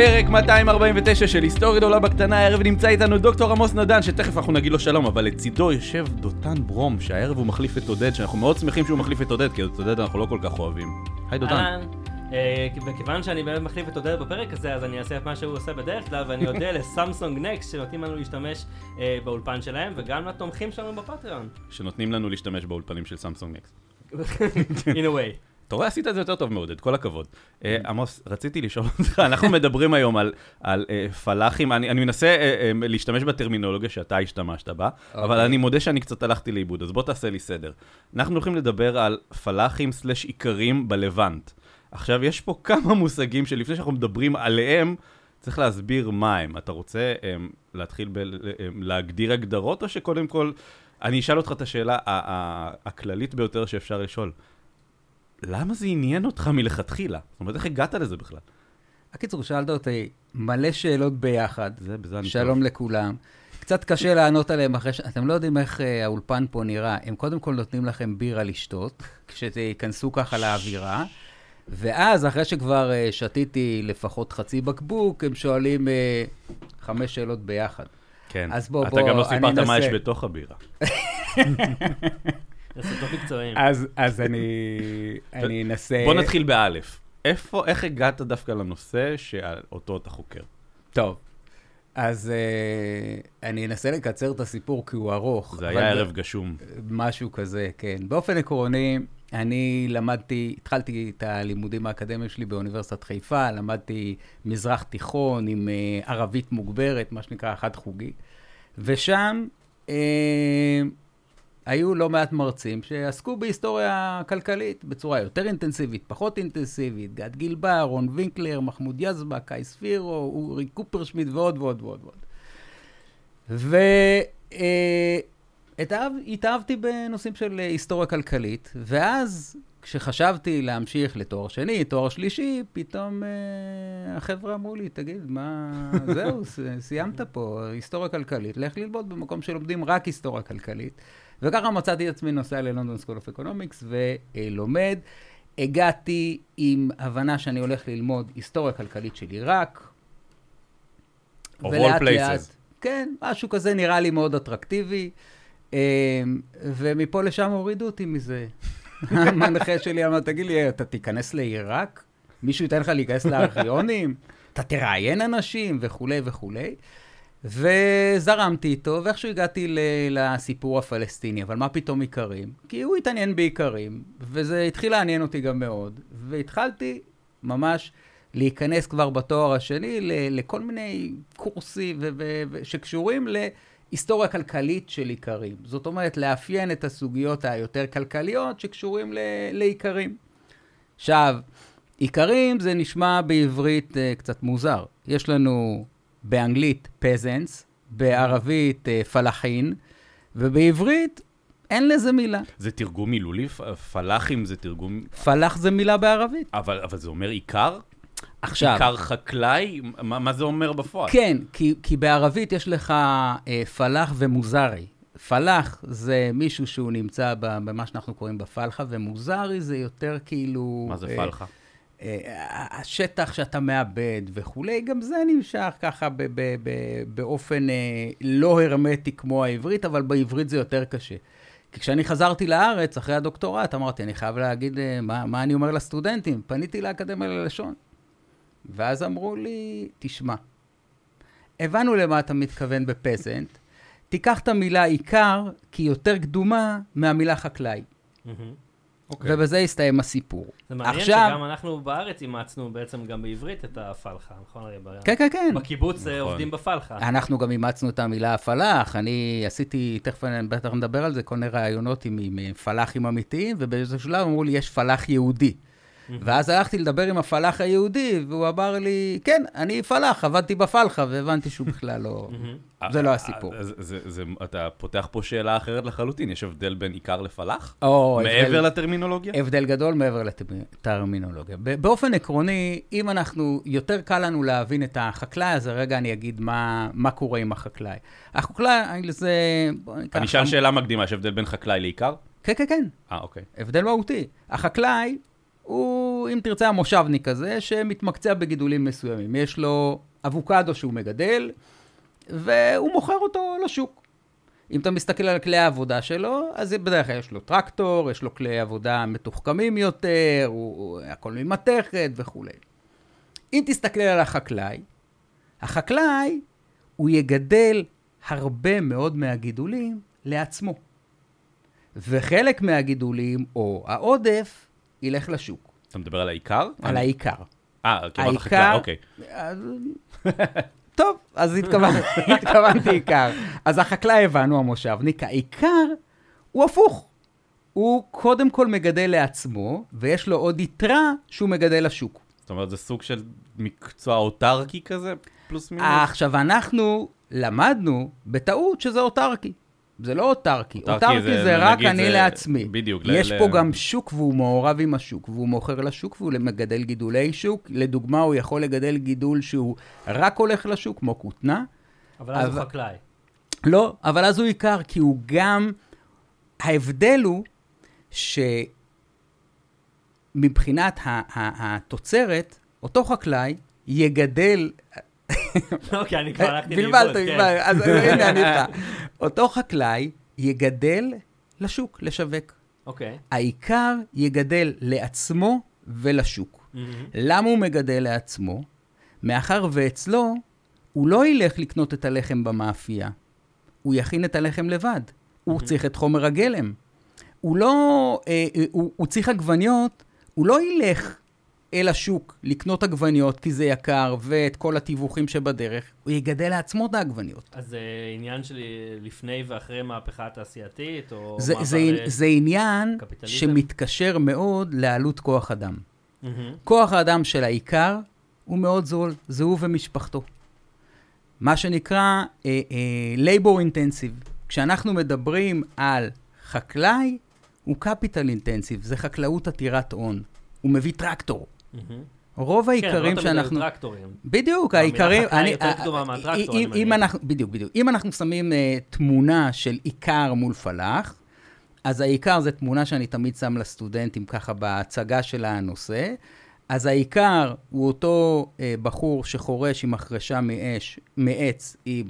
פרק 249 של היסטוריה גדולה בקטנה. הערב נמצא איתנו דוקטור עמוס נדן, שתכף אנחנו נגיד לו שלום, אבל לצידו יושב דותן ברום, שהערב הוא מחליף את עודד, שאנחנו מאוד שמחים שהוא מחליף את עודד, כי את עודד אנחנו לא כל כך אוהבים. היי דותן. וכיוון שאני באמת מחליף את עודד בפרק הזה, אז אני אעשה את מה שהוא עושה בדרך כלל, ואני אודה לסמסונג נקסט שנותנים לנו להשתמש באולפן שלהם, וגם לתומכים שלנו בפטריון. שנותנים לנו להשתמש באולפנים של סמסונג נקסט. In a way. אתה רואה, עשית את זה יותר טוב מעודד, כל הכבוד. עמוס, רציתי לשאול אותך, אנחנו מדברים היום על פלאחים, אני מנסה להשתמש בטרמינולוגיה שאתה השתמשת בה, אבל אני מודה שאני קצת הלכתי לאיבוד, אז בוא תעשה לי סדר. אנחנו הולכים לדבר על פלאחים סלש עיקרים בלבנט. עכשיו, יש פה כמה מושגים שלפני שאנחנו מדברים עליהם, צריך להסביר מה הם. אתה רוצה להתחיל להגדיר הגדרות, או שקודם כל, אני אשאל אותך את השאלה הכללית ביותר שאפשר לשאול. למה זה עניין אותך מלכתחילה? זאת אומרת, איך הגעת לזה בכלל? הקיצור, שאלת אותי מלא שאלות ביחד. שלום לכולם. קצת קשה לענות עליהם אחרי אתם לא יודעים איך האולפן פה נראה. הם קודם כל נותנים לכם בירה לשתות, כשתיכנסו ככה לאווירה. ואז, אחרי שכבר שתיתי לפחות חצי בקבוק, הם שואלים 5 שאלות ביחד. כן. אז בוא, אתה גם לא סיפרת מה יש בתוך הבירה. אז אני אנסה... בוא נתחיל באלף. איך הגעת דווקא לנושא שאותו אתה חוקר? טוב, אז אני אנסה לקצר את הסיפור כי הוא ארוך. זה היה ערב גשום. משהו כזה, כן. באופן עקרוני, אני התחלתי את הלימודים האקדמיים שלי באוניברסיטת חיפה, למדתי מזרח תיכון עם ערבית מוגברת, מה שנקרא חד חוגי, ושם היו לא מעט מרצים שעסקו בהיסטוריה כלכלית בצורה יותר אינטנסיבית, פחות אינטנסיבית, גד גילבר, רון וינקלר, מחמוד יזבק, קאי ספירו, אורי קופרשמיט ועוד ועוד ועוד ועוד. התאהבתי בנושאים של היסטוריה כלכלית, ואז כשחשבתי להמשיך לתואר שני, תואר שלישי, פתאום החבר'ה אמרו לי, תגיד, מה, זהו, סיימת פה, היסטוריה כלכלית, לך ללמוד במקום שלומדים רק היסטוריה כלכלית, וככה מצאתי את עצמי נוסע ללונדון סקול אוף אקונומיקס ולומד. הגעתי עם הבנה שאני הולך ללמוד היסטוריה כלכלית של עיראק. Of all places. כן, משהו כזה נראה לי מאוד אטרקטיבי. ומפה לשם הורידו אותי מזה. המנחה שלי אמר, תגיד לי, אתה תיכנס לעיראק? מישהו ייתן לך להיכנס לארכיונים? אתה תראיין אנשים וכו' וכו'. וזרמתי איתו, ואיכשהו הגעתי לסיפור הפלסטיני, אבל מה פתאום עיקרים? כי הוא התעניין בעיקרים, וזה התחיל לעניין אותי גם מאוד, והתחלתי ממש להיכנס כבר בתואר השני לכל מיני קורסים שקשורים להיסטוריה כלכלית של עיקרים. זאת אומרת, לאפיין את הסוגיות היותר כלכליות שקשורים לעיקרים. עכשיו, עיקרים זה נשמע בעברית קצת מוזר. יש לנו באנגלית peasants, בערבית פלאחין, ובעברית אין לזה מילה. זה תרגום מילולי? פלאחים זה תרגום... פלאח זה מילה בערבית. אבל זה אומר עיקר? עכשיו. עיקר חקלאי? מה זה אומר בפועל? כן, כי בערבית יש לך פלאח ומוזרי. פלאח זה מישהו שהוא נמצא במה שאנחנו קוראים בפלחה, ומוזרי זה יותר כאילו... מה זה פלחה? השטח שאתה מאבד וכולי, גם זה נמשך ככה באופן לא הרמטי כמו העברית, אבל בעברית זה יותר קשה. כי כשאני חזרתי לארץ אחרי הדוקטורט, אמרתי, אני חייב להגיד מה אני אומר לסטודנטים. פניתי לאקדמיה ללשון. ואז אמרו לי, תשמע, הבנו למה אתה מתכוון בפזנט, תיקח את המילה עיקר, כי היא יותר קדומה מהמילה חקלאי. ובזה הסתיים הסיפור. זה מעניין שגם אנחנו בארץ אימצנו בעצם גם בעברית את הפלחה, נכון? כן, כן, כן. בקיבוץ עובדים בפלחה. אנחנו גם אימצנו את המילה הפלח. אני עשיתי, תכף בטח נדבר על זה, כל מיני רעיונות עם פלחים אמיתיים, ובאיזשהו שלב אמרו לי, יש פלח יהודי. ואז הלכתי לדבר עם הפלח היהודי, והוא אמר לי, כן, אני פלח, עבדתי בפלחה, והבנתי שהוא בכלל לא... זה לא הסיפור. אתה פותח פה שאלה אחרת לחלוטין, יש הבדל בין עיקר לפלח? מעבר לטרמינולוגיה? הבדל גדול מעבר לטרמינולוגיה. באופן עקרוני, אם יותר קל לנו להבין את החקלאי, אז רגע אני אגיד מה קורה עם החקלאי. החקלאי זה... אני אשאל שאלה מקדימה, יש הבדל בין חקלאי לעיקר? כן, כן, כן. אוקיי. הבדל מהותי. החקלאי הוא, אם תרצה, המושבניק הזה, שמתמקצע בגידולים מסוימים. יש לו אבוקדו שהוא מגדל, והוא מוכר אותו לשוק. אם אתה מסתכל על כלי העבודה שלו, אז בדרך כלל יש לו טרקטור, יש לו כלי עבודה מתוחכמים יותר, הכל ממתכת וכו'. אם תסתכל על החקלאי, הוא יגדל הרבה מאוד מהגידולים לעצמו. וחלק מהגידולים, או העודף, ילך לשוק. אתה מדבר על העיקר? על העיקר. כמעט החקלאי, אוקיי. טוב, אז התכוונתי עיקר. אז החקלאי הבנו, המושבניק, העיקר הוא הפוך. הוא קודם כל מגדל לעצמו, ויש לו עוד יתרה שהוא מגדל לשוק. זאת אומרת, זה סוג של מקצוע אוטרקי כזה, פלוס מינוס? עכשיו, אנחנו למדנו בטעות שזה אוטרקי. זה לא אוטרקי. אוטרקי זה רק אני לעצמי. בדיוק. יש פה גם שוק, והוא מעורב עם השוק, והוא מוכר לשוק, והוא מגדל גידולי שוק. לדוגמה, הוא יכול לגדל גידול שהוא רק הולך לשוק, כמו כותנה. אבל אז הוא חקלאי. לא, אבל אז הוא עיקר, כי הוא גם... ההבדל הוא שמבחינת התוצרת, אותו חקלאי יגדל... אוקיי, אני כבר הלכתי בלבלת, אז הנה אני איתך. אותו חקלאי יגדל לשוק, לשווק. אוקיי. העיקר יגדל לעצמו ולשוק. למה הוא מגדל לעצמו? מאחר ואצלו, הוא לא ילך לקנות את הלחם במאפייה. הוא יכין את הלחם לבד. הוא צריך את חומר הגלם. הוא לא, הוא צריך עגבניות, הוא לא ילך אל השוק לקנות עגבניות, כי זה יקר, ואת כל התיווכים שבדרך, הוא יגדל לעצמו את העגבניות. אז זה עניין שלי לפני ואחרי מהפכה התעשייתית, או זה עניין שמתקשר מאוד לעלות כוח אדם. כוח האדם של העיקר הוא מאוד זול, זה הוא ומשפחתו. מה שנקרא labor intensive. כשאנחנו מדברים על חקלאי, הוא capital intensive, זה חקלאות עתירת הון. הוא מביא טרקטור. רוב העיקרים שאנחנו... כן, טרקטורים. בדיוק, העיקרים... יותר קדומה מהטרקטור, אני מניח. בדיוק. אם אנחנו שמים תמונה של עיקר מול פלח, אז העיקר זה תמונה שאני תמיד שם לסטודנטים ככה בהצגה של הנושא, אז העיקר הוא אותו בחור שחורש עם מחרשה מעץ עם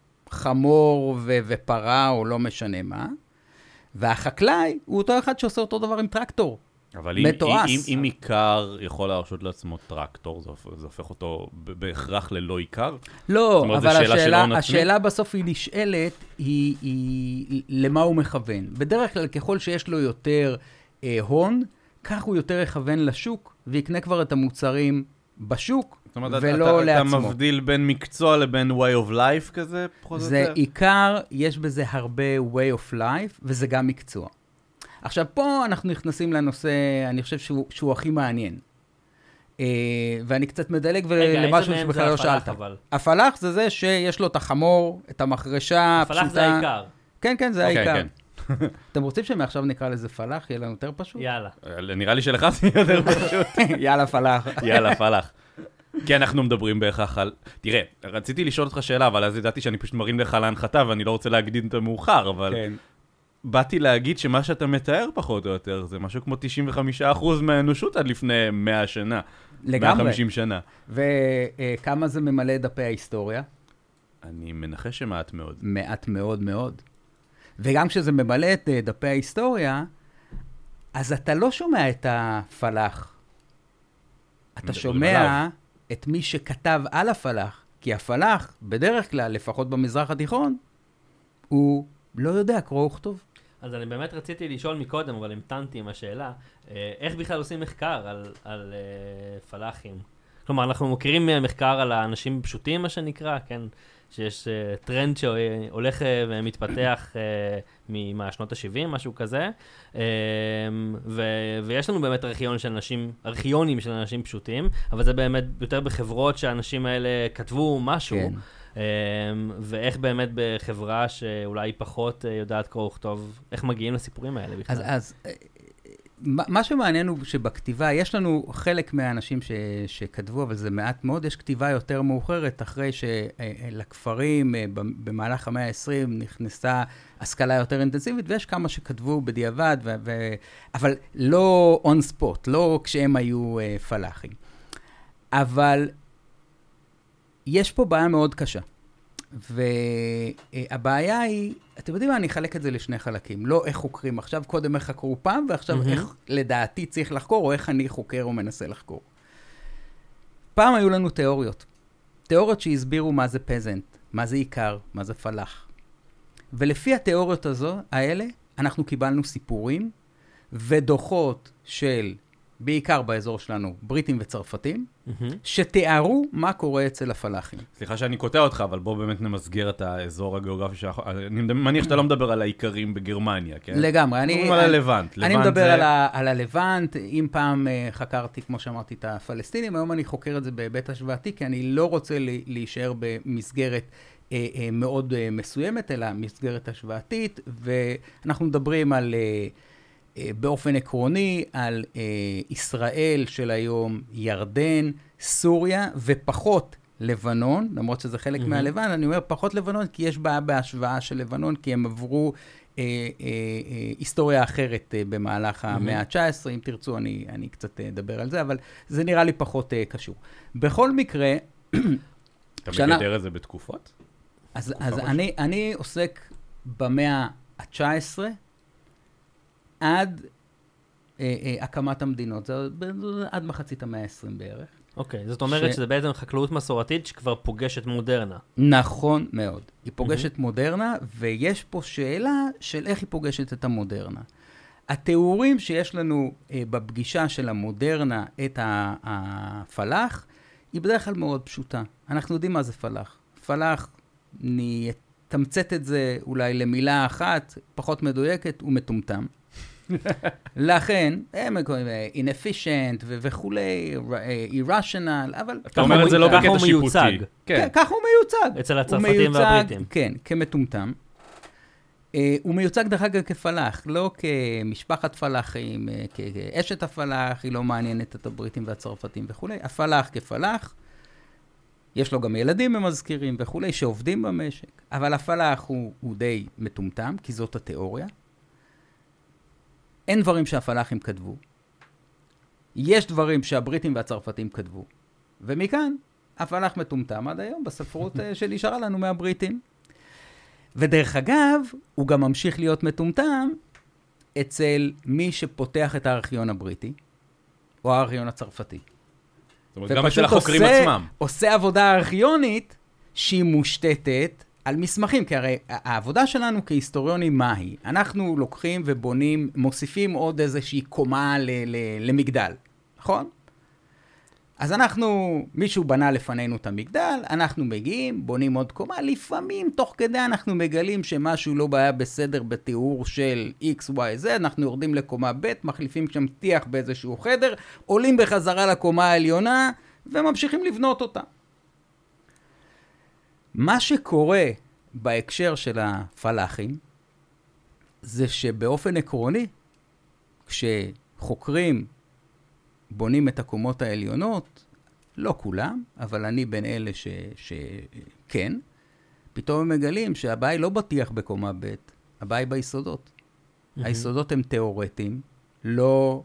חמור ופרה או לא משנה מה, והחקלאי הוא אותו אחד שעושה אותו דבר עם טרקטור. אבל אם עיקר יכול להרשות לעצמו טרקטור, זה הופך אותו בהכרח ללא עיקר? לא, אבל השאלה בסוף היא נשאלת, היא למה הוא מכוון. בדרך כלל ככל שיש לו יותר הון, כך הוא יותר יכוון לשוק, ויקנה כבר את המוצרים בשוק, ולא לעצמו. אתה מבדיל בין מקצוע לבין way of life כזה? זה עיקר, יש בזה הרבה way of life, וזה גם מקצוע. עכשיו, פה אנחנו נכנסים לנושא, אני חושב שהוא הכי מעניין. ואני קצת מדלג למשהו שבכלל לא שאלת. הפלח זה זה שיש לו את החמור, את המחרשה הפשוטה. הפלח זה העיקר. כן, זה העיקר. אתם רוצים שמעכשיו נקרא לזה פלח? יהיה לנו יותר פשוט? יאללה. נראה לי שלך זה יותר פשוט. יאללה, פלח. יאללה, פלח. כי אנחנו מדברים בהכרח על... תראה, רציתי לשאול אותך שאלה, אבל אז ידעתי שאני פשוט מרים לך להנחתה, ואני לא רוצה להגיד את המאוחר, אבל... באתי להגיד שמה שאתה מתאר פחות או יותר, זה משהו כמו 95% מהאנושות עד לפני 100 שנה. לגמרי. 150 שנה. וכמה זה ממלא דפי ההיסטוריה? אני מנחש שמעט מאוד. מעט מאוד מאוד. וגם כשזה ממלא את דפי ההיסטוריה, אז אתה לא שומע את הפלח. אתה שומע את מי שכתב על הפלח, כי הפלח, בדרך כלל, לפחות במזרח התיכון, הוא לא יודע קרוא וכתוב. אז אני באמת רציתי לשאול מקודם, אבל המתנתי עם השאלה, איך בכלל עושים מחקר על פלחים? כלומר, אנחנו מכירים מחקר על האנשים פשוטים, מה שנקרא, כן? שיש טרנד שהולך ומתפתח מהשנות ה-70, משהו כזה, ויש לנו באמת ארכיונים של אנשים פשוטים, אבל זה באמת יותר בחברות שהאנשים האלה כתבו משהו, כן. ואיך באמת בחברה שאולי פחות יודעת קרוא וכתוב, איך מגיעים לסיפורים האלה בכלל? אז מה שמעניין הוא שבכתיבה, יש לנו חלק מהאנשים שכתבו, אבל זה מעט מאוד, יש כתיבה יותר מאוחרת, אחרי שלכפרים במהלך המאה ה-20 נכנסה השכלה יותר אינטנסיבית, ויש כמה שכתבו בדיעבד, אבל לא on spot, לא כשהם היו פלאחים. אבל יש פה בעיה מאוד קשה. והבעיה היא, אתם יודעים מה, אני אחלק את זה לשני חלקים. לא איך חוקרים עכשיו, קודם איך חקרו פעם, ועכשיו איך לדעתי צריך לחקור, או איך אני חוקר או מנסה לחקור. פעם היו לנו תיאוריות. תיאוריות שהסבירו מה זה פזנט, מה זה עיקר, מה זה פלאח. ולפי התיאוריות האלה, אנחנו קיבלנו סיפורים ודוחות של, בעיקר באזור שלנו, בריטים וצרפתים, שתיארו מה קורה אצל הפלאחים. סליחה שאני קוטע אותך, אבל בוא באמת נמסגר את האזור הגיאוגרפי שלך. אני מניח שאתה לא מדבר על העיקרים בגרמניה, כן? לגמרי. מדברים על הלבנט. אני מדבר על הלבנט. אם פעם חקרתי, כמו שאמרתי, את הפלסטינים, היום אני חוקר את זה בהיבט השוואתי, כי אני לא רוצה להישאר במסגרת מאוד מסוימת, אלא מסגרת השוואתית, ואנחנו מדברים על... באופן עקרוני על ישראל של היום, ירדן, סוריה ופחות לבנון, למרות שזה חלק מהלבנון, אני אומר פחות לבנון כי יש בעיה בהשוואה של לבנון, כי הם עברו היסטוריה אחרת במהלך המאה ה-19, אם תרצו אני קצת אדבר על זה, אבל זה נראה לי פחות קשור. בכל מקרה... אתה מגדר את זה בתקופות? אז אני עוסק במאה ה-19, עד הקמת המדינות, זה עד מחצית המאה ה-20 בערך. אוקיי, זאת אומרת שזה בעצם חקלאות מסורתית שכבר פוגשת מודרנה. נכון מאוד. היא פוגשת מודרנה, ויש פה שאלה של איך היא פוגשת את המודרנה. התיאורים שיש לנו בפגישה של המודרנה את הפלאח, היא בדרך כלל מאוד פשוטה. אנחנו יודעים מה זה פלאח. פלאח, אני אתמצת את זה אולי למילה אחת, פחות מדויקת, הוא מטומטם. לכן, הם inefficient וכולי, irrational, אבל... אתה אומר את זה לא בקטע שיפוטי. כן, ככה הוא מיוצג. אצל הצרפתים והבריטים. כן, כמטומטם. הוא מיוצג דרך אגב כפלאח, לא כמשפחת פלאחים, כאשת הפלאח, היא לא מעניינת את הבריטים והצרפתים וכולי. הפלאח כפלאח, יש לו גם ילדים ממזכירים וכולי, שעובדים במשק, אבל הפלאח הוא די מטומטם, כי זאת התיאוריה. אין דברים שהפלאחים כתבו. יש דברים שהבריטים והצרפתים כתבו. ומכאן, הפלאח מטומטם עד היום בספרות שנשארה לנו מהבריטים. ודרך אגב, הוא גם ממשיך להיות מטומטם אצל מי שפותח את הארכיון הבריטי, או הארכיון הצרפתי. זאת אומרת, גם אצל החוקרים עצמם. עושה עבודה ארכיונית שהיא מושתתת על מסמכים, כי הרי העבודה שלנו כהיסטוריונים מה היא? אנחנו לוקחים ובונים, מוסיפים עוד איזושהי קומה למגדל, נכון? אז מישהו בנה לפנינו את המגדל, אנחנו מגיעים, בונים עוד קומה, לפעמים תוך כדי אנחנו מגלים שמשהו לא היה בסדר בתיאור של X, Y, Z, אנחנו יורדים לקומה ב', מחליפים שם טיח באיזשהו חדר, עולים בחזרה לקומה העליונה וממשיכים לבנות אותה. מה שקורה בהקשר של הפלאחים, זה שבאופן עקרוני, כשחוקרים בונים את הקומות העליונות, לא כולם, אבל אני בין אלה שכן, פתאום הם מגלים שהבעיה לא בטיח בקומה ב', הבעיה ביסודות. היסודות הם תיאורטיים, לא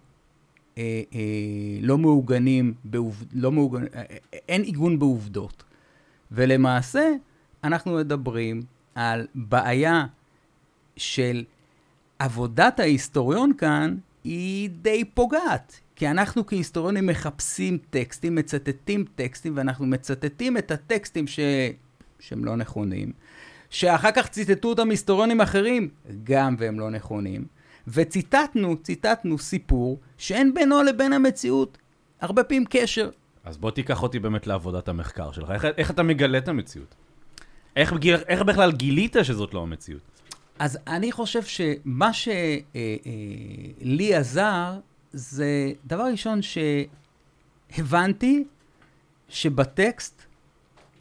מעוגנים, אין עיגון בעובדות. ולמעשה, אנחנו מדברים על בעיה של עבודת ההיסטוריון כאן, היא די פוגעת. כי אנחנו כהיסטוריונים מחפשים טקסטים, מצטטים טקסטים, ואנחנו מצטטים את הטקסטים שהם לא נכונים, שאחר כך ציטטו אותם היסטוריונים אחרים, גם והם לא נכונים, וציטטנו סיפור שאין בינו לבין המציאות הרבה פעמים קשר. אז בוא תיקח אותי באמת לעבודת המחקר שלך. איך אתה מגלה את המציאות? איך בכלל גילית שזאת לא המציאות? אז אני חושב שמה שלי עזר, זה דבר ראשון שהבנתי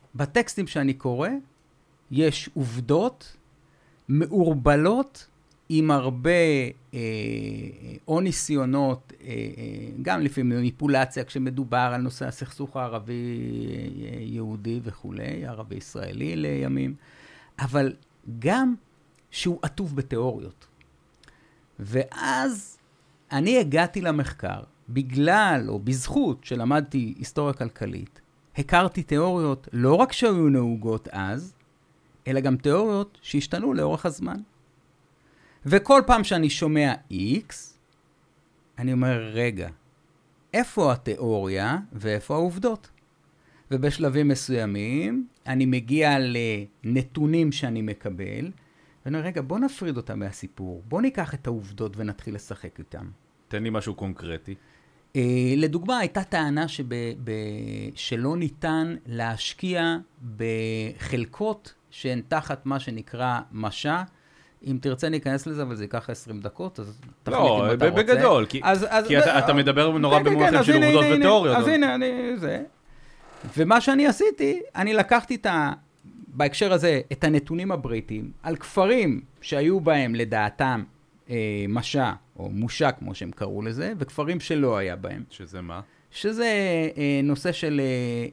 בטקסטים שאני קורא, יש עובדות מעורבלות עם הרבה או ניסיונות, גם לפעמים מניפולציה, כשמדובר על נושא הסכסוך הערבי-יהודי וכו', ערבי-ישראלי לימים, אבל גם שהוא עטוף בתיאוריות. ואז אני הגעתי למחקר, בגלל או בזכות שלמדתי היסטוריה כלכלית, הכרתי תיאוריות לא רק שהיו נהוגות אז, אלא גם תיאוריות שהשתנו לאורך הזמן. וכל פעם שאני שומע X, אני אומר, רגע, איפה התיאוריה ואיפה העובדות? ובשלבים מסוימים, אני מגיע לנתונים שאני מקבל, ואני אומר, רגע, בוא נפריד אותם מהסיפור, בוא ניקח את העובדות ונתחיל לשחק איתם. תן לי משהו קונקרטי. לדוגמה, הייתה טענה שלא ניתן להשקיע בחלקות שהן תחת מה שנקרא משא. אם תרצה ניכנס לזה, אבל זה ייקח 20 דקות, אז תחליט אם אתה רוצה. בגדול, כי אתה מדבר נורא במונחים של עובדות ותיאוריות. אז הנה, זה. ומה שאני עשיתי, אני לקחתי בהקשר הזה את הנתונים הבריטיים, על כפרים שהיו בהם לדעתם משא, או מושא, כמו שהם קראו לזה, וכפרים שלא היה בהם. שזה מה? שזה נושא של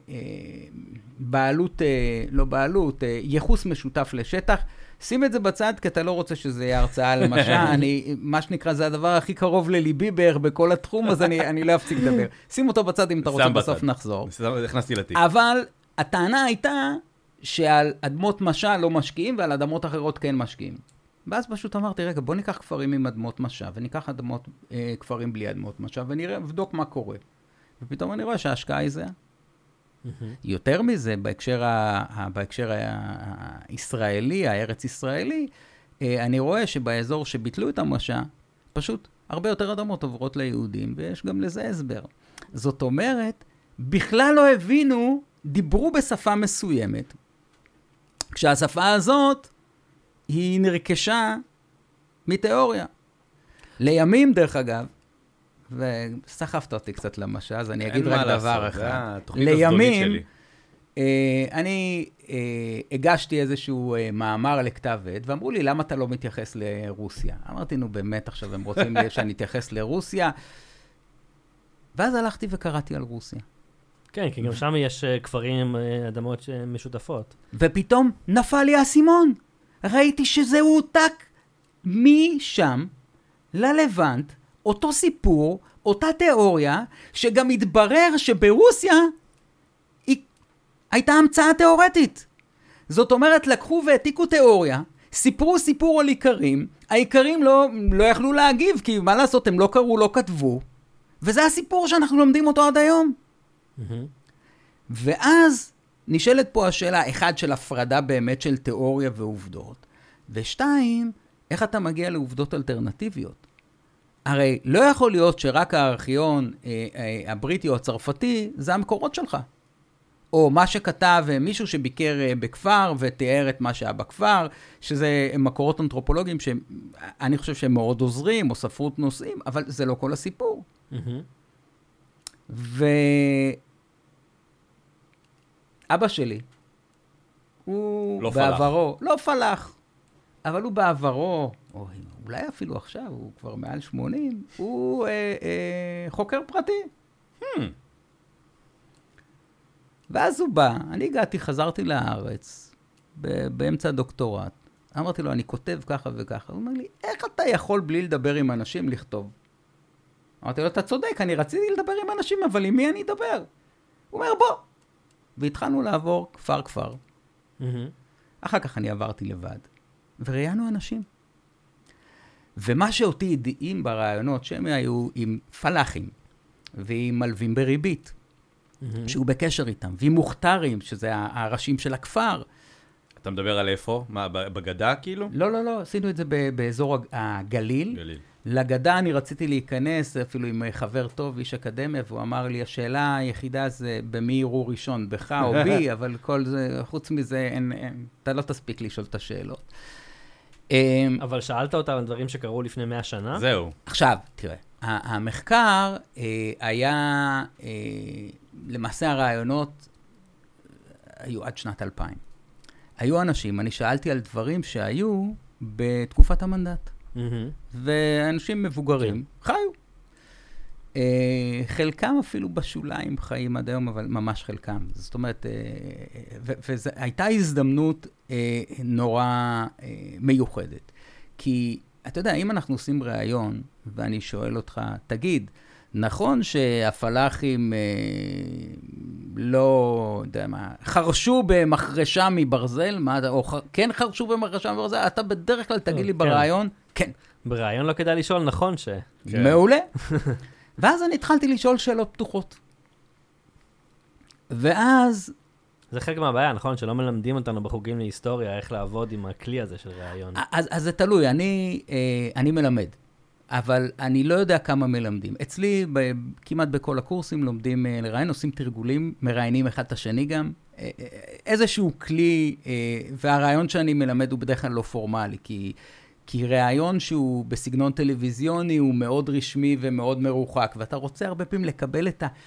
בעלות, לא בעלות, יחוס משותף לשטח. שים את זה בצד, כי אתה לא רוצה שזה יהיה הרצאה על משא. מה שנקרא, זה הדבר הכי קרוב לליבי בערך בכל התחום, אז אני לא אפסיק לדבר. שים אותו בצד אם אתה רוצה, בסוף נחזור. הכנסתי לתיק. אבל הטענה הייתה שעל אדמות משא לא משקיעים, ועל אדמות אחרות כן משקיעים. ואז פשוט אמרתי, רגע, בוא ניקח כפרים עם אדמות משא, וניקח כפרים בלי אדמות משא, ונבדוק מה קורה. ופתאום אני רואה שההשקעה היא זהה. יותר מזה, בהקשר הישראלי, הארץ ישראלי, אני רואה שבאזור שביטלו את המשא, פשוט הרבה יותר אדמות עוברות ליהודים, ויש גם לזה הסבר. זאת אומרת, בכלל לא הבינו, דיברו בשפה מסוימת, כשהשפה הזאת היא נרכשה מתיאוריה. לימים, דרך אגב, וסחפת אותי קצת למשל, אז אני אגיד רק דבר אחד. לימים, אני הגשתי איזשהו מאמר לכתב עת, ואמרו לי, למה אתה לא מתייחס לרוסיה? אמרתי, נו באמת, עכשיו הם רוצים שאני אתייחס לרוסיה. ואז הלכתי וקראתי על רוסיה. כן, כי גם שם יש כפרים, אדמות משותפות. ופתאום נפל לי האסימון. ראיתי שזה הועתק משם ללבנט, אותו סיפור, אותה תיאוריה, שגם התברר שברוסיה היא הייתה המצאה תיאורטית. זאת אומרת, לקחו והעתיקו תיאוריה, סיפרו סיפור על עיקרים, העיקרים לא יכלו להגיב, כי מה לעשות, הם לא קראו, לא כתבו, וזה הסיפור שאנחנו לומדים אותו עד היום. ואז נשאלת פה השאלה, אחד, של הפרדה באמת של תיאוריה ועובדות, ושתיים, איך אתה מגיע לעובדות אלטרנטיביות? הרי לא יכול להיות שרק הארכיון הבריטי או הצרפתי, זה המקורות שלך. או מה שכתב מישהו שביקר בכפר ותיאר את מה שהיה בכפר, שזה מקורות אנתרופולוגיים שאני חושב שהם מאוד עוזרים, או ספרות נושאים, אבל זה לא כל הסיפור. אבא שלי, הוא לא בעברו, לא פלח, אבל הוא בעברו, או אולי אפילו עכשיו, הוא כבר מעל 80, הוא חוקר פרטי. ואז הוא בא, אני הגעתי, חזרתי לארץ, באמצע הדוקטורט, אמרתי לו, אני כותב ככה וככה, הוא אומר לי, איך אתה יכול בלי לדבר עם אנשים לכתוב? אמרתי לו, אתה צודק, אני רציתי לדבר עם אנשים, אבל עם מי אני אדבר? הוא אומר, בוא. והתחלנו לעבור כפר. אחר כך אני עברתי לבד, וראיינו אנשים. ומה שאותי הדהים ברעיונות, שהם היו עם פלחים, ועם מלווים בריבית, שהוא בקשר איתם, ועם מוכתרים, שזה הראשים של הכפר. אתה מדבר על איפה? מה, בגדה כאילו? לא, עשינו את זה באזור הגליל. גליל. לגדה אני רציתי להיכנס, אפילו עם חבר טוב, איש אקדמיה, והוא אמר לי, השאלה היחידה זה במי יראו ראשון, בך או בי, אבל כל זה, חוץ מזה, אתה לא תספיק לשאול את השאלות. אבל שאלת אותה על דברים שקרו לפני 100 שנה? זהו. עכשיו, תראה, המחקר היה, למעשה הרעיונות היו עד שנת 2000. היו אנשים, אני שאלתי על דברים שהיו בתקופת המנדט. ואנשים מבוגרים חיו. חלקם אפילו בשוליים חיים עד היום, אבל ממש חלקם. זאת אומרת, והייתה הזדמנות נורא מיוחדת. כי, אתה יודע, אם אנחנו עושים ראיון, ואני שואל אותך, תגיד, נכון שהפלאחים לא, יודע מה, חרשו במחרשה מברזל, או כן חרשו במחרשה מברזל, אתה בדרך כלל תגיד לי ברעיון, כן. ברעיון לא כדאי לשאול, נכון ש... מעולה. ואז אני התחלתי לשאול שאלות פתוחות. ואז... זה חלק מהבעיה, נכון? שלא מלמדים אותנו בחוגים להיסטוריה, איך לעבוד עם הכלי הזה של ראיון. אז זה תלוי, אני מלמד. אבל אני לא יודע כמה מלמדים. אצלי, כמעט בכל הקורסים לומדים לראיין, עושים תרגולים, מראיינים אחד את השני גם. איזשהו כלי, והרעיון שאני מלמד הוא בדרך כלל לא פורמלי, כי רעיון שהוא בסגנון טלוויזיוני הוא מאוד רשמי ומאוד מרוחק, ואתה רוצה הרבה פעמים לקבל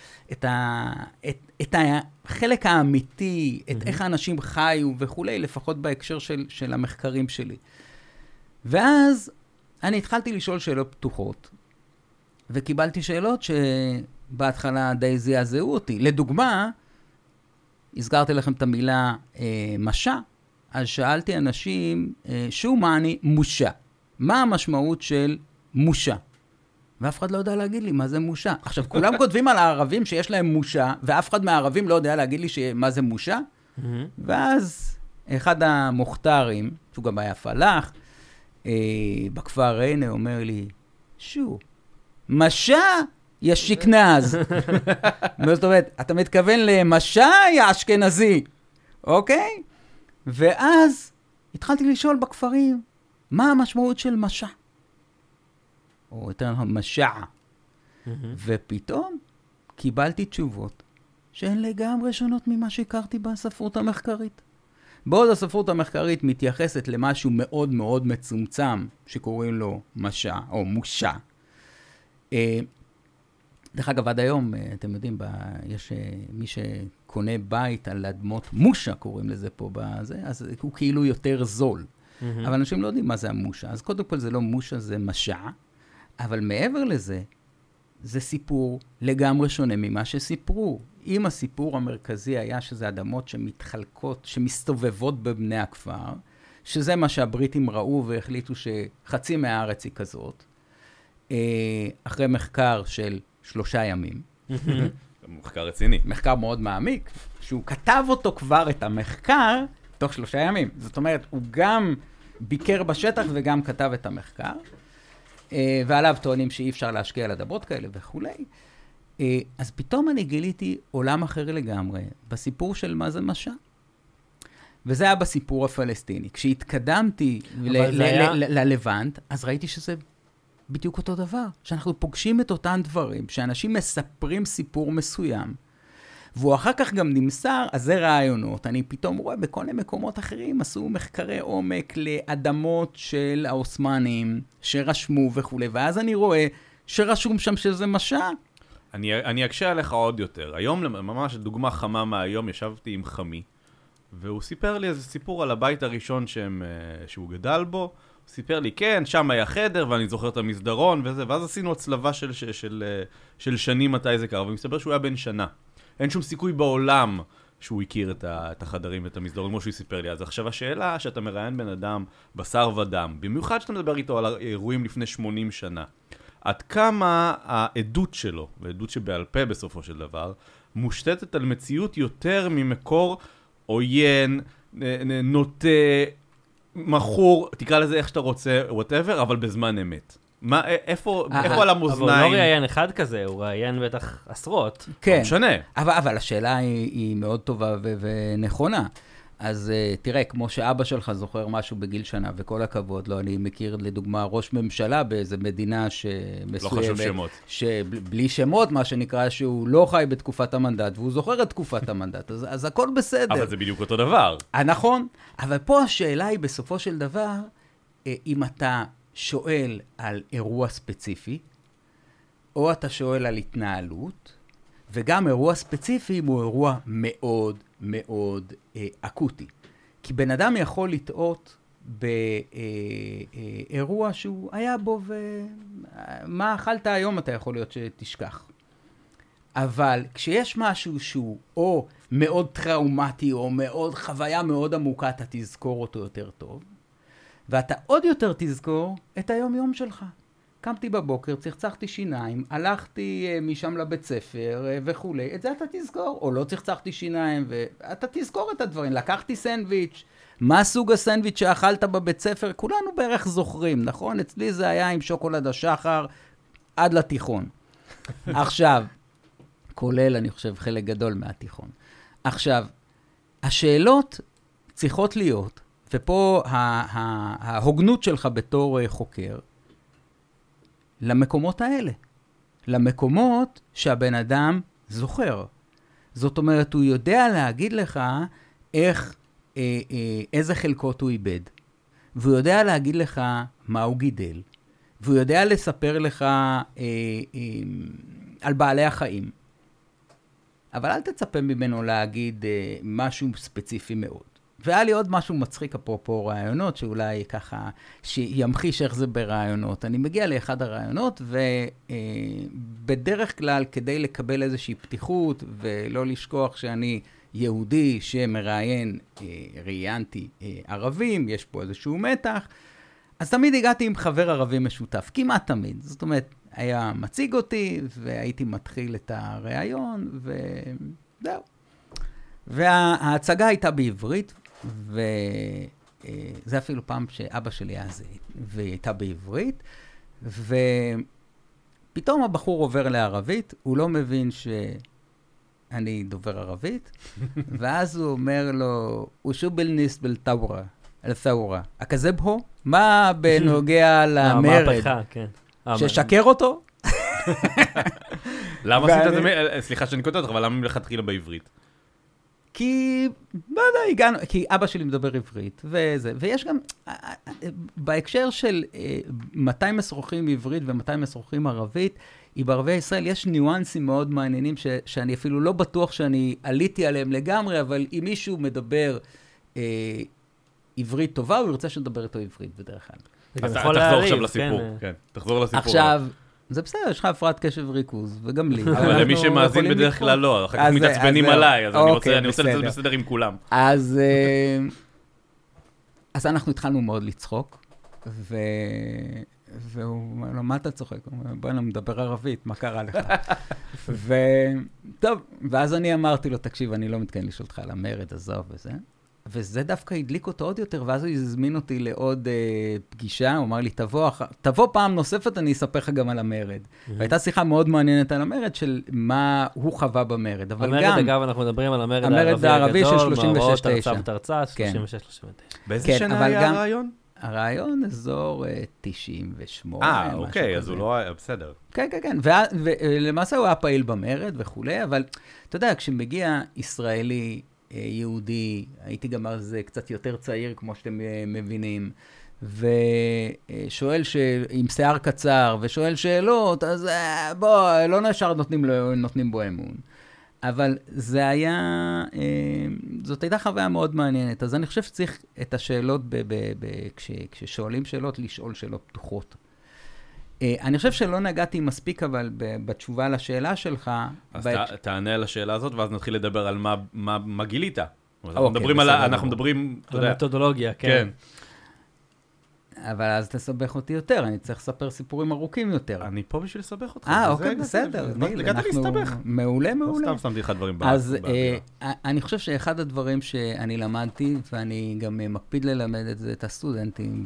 את החלק האמיתי, את איך האנשים חיו וכולי, לפחות בהקשר של המחקרים שלי. ואז אני התחלתי לשאול שאלות פתוחות, וקיבלתי שאלות שבהתחלה די זעזעו אותי. לדוגמה, הזכרתי לכם את המילה משע, אז שאלתי אנשים, שו מעני מושה? מה המשמעות של מושה? ואף אחד לא יודע להגיד לי מה זה מושה. עכשיו, כולם כותבים על הערבים שיש להם מושה, ואף אחד מהערבים לא יודע להגיד לי מה זה מושה. ואז אחד המוכתרים, שהוא גם היה פלאח, בכפר ריינה אומר לי, שו, משע יש שקנז. זאת אומרת, אתה מתכוון למשע יא אשכנזי, אוקיי? ואז התחלתי לשאול בכפרים, מה המשמעות של משע? או יותר נכון, משע. ופתאום קיבלתי תשובות שהן לגמרי שונות ממה שהכרתי בספרות המחקרית. בעוד הספרות המחקרית מתייחסת למשהו מאוד מאוד מצומצם, שקוראים לו משע או מושע. דרך אגב, עד היום, אתם יודעים, יש מי שקונה בית על אדמות מושע, קוראים לזה פה בזה, אז הוא כאילו יותר זול. אבל אנשים לא יודעים מה זה המושע. אז קודם כל זה לא מושע, זה משע, אבל מעבר לזה, זה סיפור לגמרי שונה ממה שסיפרו. אם הסיפור המרכזי היה שזה אדמות שמתחלקות, שמסתובבות בבני הכפר, שזה מה שהבריטים ראו והחליטו שחצי מהארץ היא כזאת, אחרי מחקר של 3 ימים. מחקר רציני. מחקר מאוד מעמיק, שהוא כתב אותו כבר את המחקר תוך 3 ימים. זאת אומרת, הוא גם ביקר בשטח וגם כתב את המחקר, ועליו טוענים שאי אפשר להשקיע על אדמות כאלה וכולי. אז פתאום אני גיליתי עולם אחר לגמרי, בסיפור של מה זה משע. וזה היה בסיפור הפלסטיני. כשהתקדמתי ללבנט, אז ראיתי שזה בדיוק אותו דבר. שאנחנו פוגשים את אותם דברים, שאנשים מספרים סיפור מסוים, והוא אחר כך גם נמסר, אז זה רעיונות. אני פתאום רואה בכל מיני מקומות אחרים, עשו מחקרי עומק לאדמות של האוסמנים, שרשמו וכו'. ואז אני רואה שרשום שם שזה משע. אני אקשה עליך עוד יותר. היום, ממש דוגמה חמה מהיום, ישבתי עם חמי, והוא סיפר לי איזה סיפור על הבית הראשון שהוא גדל בו. הוא סיפר לי, כן, שם היה חדר, ואני זוכר את המסדרון וזה, ואז עשינו הצלבה של שנים מתי זה קרה, ומסתבר שהוא היה בן שנה. אין שום סיכוי בעולם שהוא הכיר את החדרים ואת המסדרון, כמו שהוא סיפר לי. אז עכשיו השאלה, שאתה מראיין בן אדם בשר ודם, במיוחד שאתה מדבר איתו על אירועים לפני 80 שנה, עד כמה העדות שלו, ועדות שבעל פה בסופו של דבר, מושתתת על מציאות יותר ממקור עוין, נוטה, מחור, תקרא לזה איך שאתה רוצה, whatever, אבל בזמן אמת. איפה על המאזניים? אבל הוא לא ראיין אחד כזה, הוא ראיין בטח עשרות. כן. לא משנה. אבל השאלה היא מאוד טובה ונכונה. אז תראה, כמו שאבא שלך זוכר משהו בגיל שנה, וכל הכבוד לו, אני מכיר לדוגמה ראש ממשלה באיזה מדינה שמסוימת. לא חשוב שמות. בלי שמות, מה שנקרא, שהוא לא חי בתקופת המנדט, והוא זוכר את תקופת המנדט, אז הכל בסדר. אבל זה בדיוק אותו דבר. נכון, אבל פה השאלה היא בסופו של דבר, אם אתה שואל על אירוע ספציפי, או אתה שואל על התנהלות, וגם אירוע ספציפי הוא אירוע מאוד מאוד אקוטי. כי בן אדם יכול לטעות באירוע שהוא היה בו, ומה אכלת היום אתה יכול להיות שתשכח. אבל כשיש משהו שהוא או מאוד טראומטי, או מאוד חוויה מאוד עמוקה, אתה תזכור אותו יותר טוב, ואתה עוד יותר תזכור את היום-יום שלך. קמתי בבוקר, צחצחתי שיניים, הלכתי משם לבית ספר וכו'. את זה אתה תזכור, או לא צחצחתי שיניים, ואתה תזכור את הדברים. לקחתי סנדוויץ', מה סוג הסנדוויץ' שאכלת בבית ספר? כולנו בערך זוכרים, נכון? אצלי זה היה עם שוקולד השחר עד לתיכון. עכשיו, כולל, אני חושב, חלק גדול מהתיכון. עכשיו, השאלות צריכות להיות, ופה ההוגנות שלך בתור חוקר, למקומות האלה. למקומות שהבן אדם זוכר. זאת אומרת, הוא יודע להגיד לך איזה חלקות הוא איבד. והוא יודע להגיד לך מה הוא גידל. והוא יודע לספר לך על בעלי החיים. אבל אל תצפה ממנו להגיד משהו ספציפי מאוד. והיה לי עוד משהו מצחיק אפרופו רעיונות, שאולי ככה, שימחיש איך זה ברעיונות. אני מגיע לאחד הרעיונות, ובדרך כלל כדי לקבל איזושהי פתיחות, ולא לשכוח שאני יהודי שמראיין, ראיינתי ערבים, יש פה איזשהו מתח, אז תמיד הגעתי עם חבר ערבי משותף, כמעט תמיד. זאת אומרת, היה מציג אותי, והייתי מתחיל את הרעיון, וזהו. וההצגה הייתה בעברית, וזה אפילו פעם שאבא שלי היה זה, והיא הייתה בעברית, ופתאום הבחור עובר לערבית, הוא לא מבין שאני דובר ערבית, ואז הוא אומר לו, "ושו בלניס בלתאורה, אל-תאורה, הכזה בו? מה בנוגע למרד? המהפכה, כן. ששקר אותו?" למה עשית את זה? סליחה שאני קוטע אותך, אבל למה מלכתחילה בעברית? כי, לא יודע, הגענו, כי אבא שלי מדבר עברית, וזה, ויש גם, בהקשר של מתי משוחחים עברית ומתי משוחחים ערבית, היא בערבי ישראל, יש ניואנסים מאוד מעניינים, שאני אפילו לא בטוח שאני עליתי עליהם לגמרי, אבל אם מישהו מדבר עברית טובה, הוא ירצה שנדבר איתו עברית בדרך כלל. אז תחזור עכשיו לסיפור, כן, תחזור לסיפור. עכשיו, זה בסדר, יש לך הפרעת קשב וריכוז, וגם לי. אבל למי שמאזין בדרך כלל לא, אחר כך מתעצבנים עליי, אז אני רוצה לצאת בסדר עם כולם. אז אנחנו התחלנו מאוד לצחוק, והוא אומר לו, מה אתה צוחק? הוא אומר, בוא נדבר ערבית, מה קרה לך? טוב, ואז אני אמרתי לו, תקשיב, אני לא מתכוון לשאול אותך על המרד, עזוב וזה. וזה דווקא הדליק אותו עוד יותר, ואז הוא הזמין אותי לעוד פגישה, הוא אמר לי, תבוא פעם נוספת, אני אספר לך גם על המרד. והייתה שיחה מאוד מעניינת על המרד, של מה הוא חווה במרד. אבל המרד, גם, אגב, אנחנו מדברים על המרד הערבי של הגדול, 36-9. מאורעות תרצה ותרצה, 36-39. באיזה שנה היה הרעיון? הרעיון אזור 98. אוקיי, אז הוא לא היה, בסדר. כן, כן, כן. ולמעשה הוא היה פעיל במרד וכו', אבל אתה יודע, כשמגיע ישראלי, יהודי, הייתי גם אז קצת יותר צעיר, כמו שאתם מבינים, ושואל עם שיער קצר, ושואל שאלות, אז בוא, לא נשאר נותנים בו אמון. אבל זה היה, זאת הייתה חוויה מאוד מעניינת. אז אני חושב שצריך את השאלות, כששואלים שאלות, לשאול שאלות פתוחות. אני חושב שלא נגעתי מספיק, אבל בתשובה לשאלה שלך... אז תענה על השאלה הזאת, ואז נתחיל לדבר על מה גילית. אנחנו מדברים, אתה יודע... על המתודולוגיה, כן. אבל אז תסבך אותי יותר, אני צריך לספר סיפורים ארוכים יותר. אני פה בשביל לסבך אותך. אוקיי, בסדר. הגעתי להסתבך. מעולה, מעולה. סתם שמתי לך דברים באוויר. אז אני חושב שאחד הדברים שאני למדתי, ואני גם מקפיד ללמד את הסטודנטים,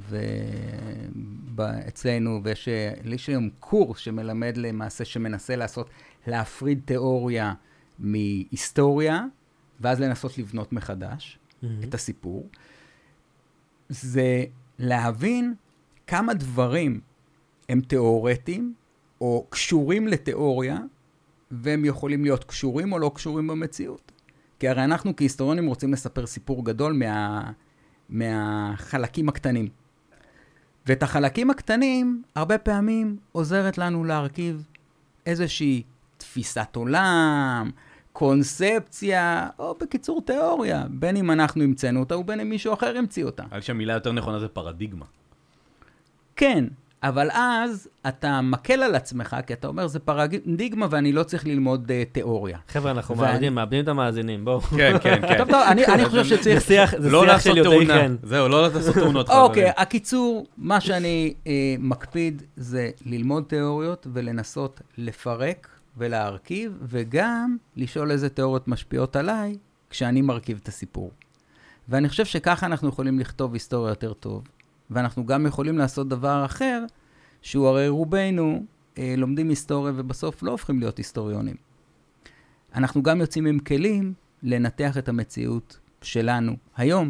ואצלנו, ויש לי היום קורס שמלמד למעשה, שמנסה להפריד תיאוריה מהיסטוריה, ואז לנסות לבנות מחדש את הסיפור. זה... להבין כמה דברים הם תיאורטיים, או קשורים לתיאוריה, והם יכולים להיות קשורים או לא קשורים במציאות. כי הרי אנחנו כהיסטוריונים רוצים לספר סיפור גדול מהחלקים הקטנים. ואת החלקים הקטנים, הרבה פעמים עוזרת לנו להרכיב איזושהי תפיסת עולם, קונספציה, או בקיצור תיאוריה, בין אם אנחנו המצאנו אותה, ובין אם מישהו אחר המציא אותה. על שהמילה יותר נכונה זה פרדיגמה. כן, אבל אז אתה מקל על עצמך, כי אתה אומר, זה פרדיגמה ואני לא צריך ללמוד תיאוריה. חבר'ה, אנחנו מאבדים את המאזינים, בואו. כן, כן, כן. טוב, אני חושב שצריך... זה שיח של יודעי כן. זהו, לא לעשות תאונות. אוקיי, הקיצור, מה שאני מקפיד זה ללמוד תיאוריות ולנסות לפרק ולהרכיב, וגם לשאול איזה תיאוריות משפיעות עליי כשאני מרכיב את הסיפור. ואני חושב שככה אנחנו יכולים לכתוב היסטוריה יותר טוב. ואנחנו גם יכולים לעשות דבר אחר, שהוא הרי רובנו לומדים היסטוריה ובסוף לא הופכים להיות היסטוריונים. אנחנו גם יוצאים עם כלים לנתח את המציאות שלנו היום,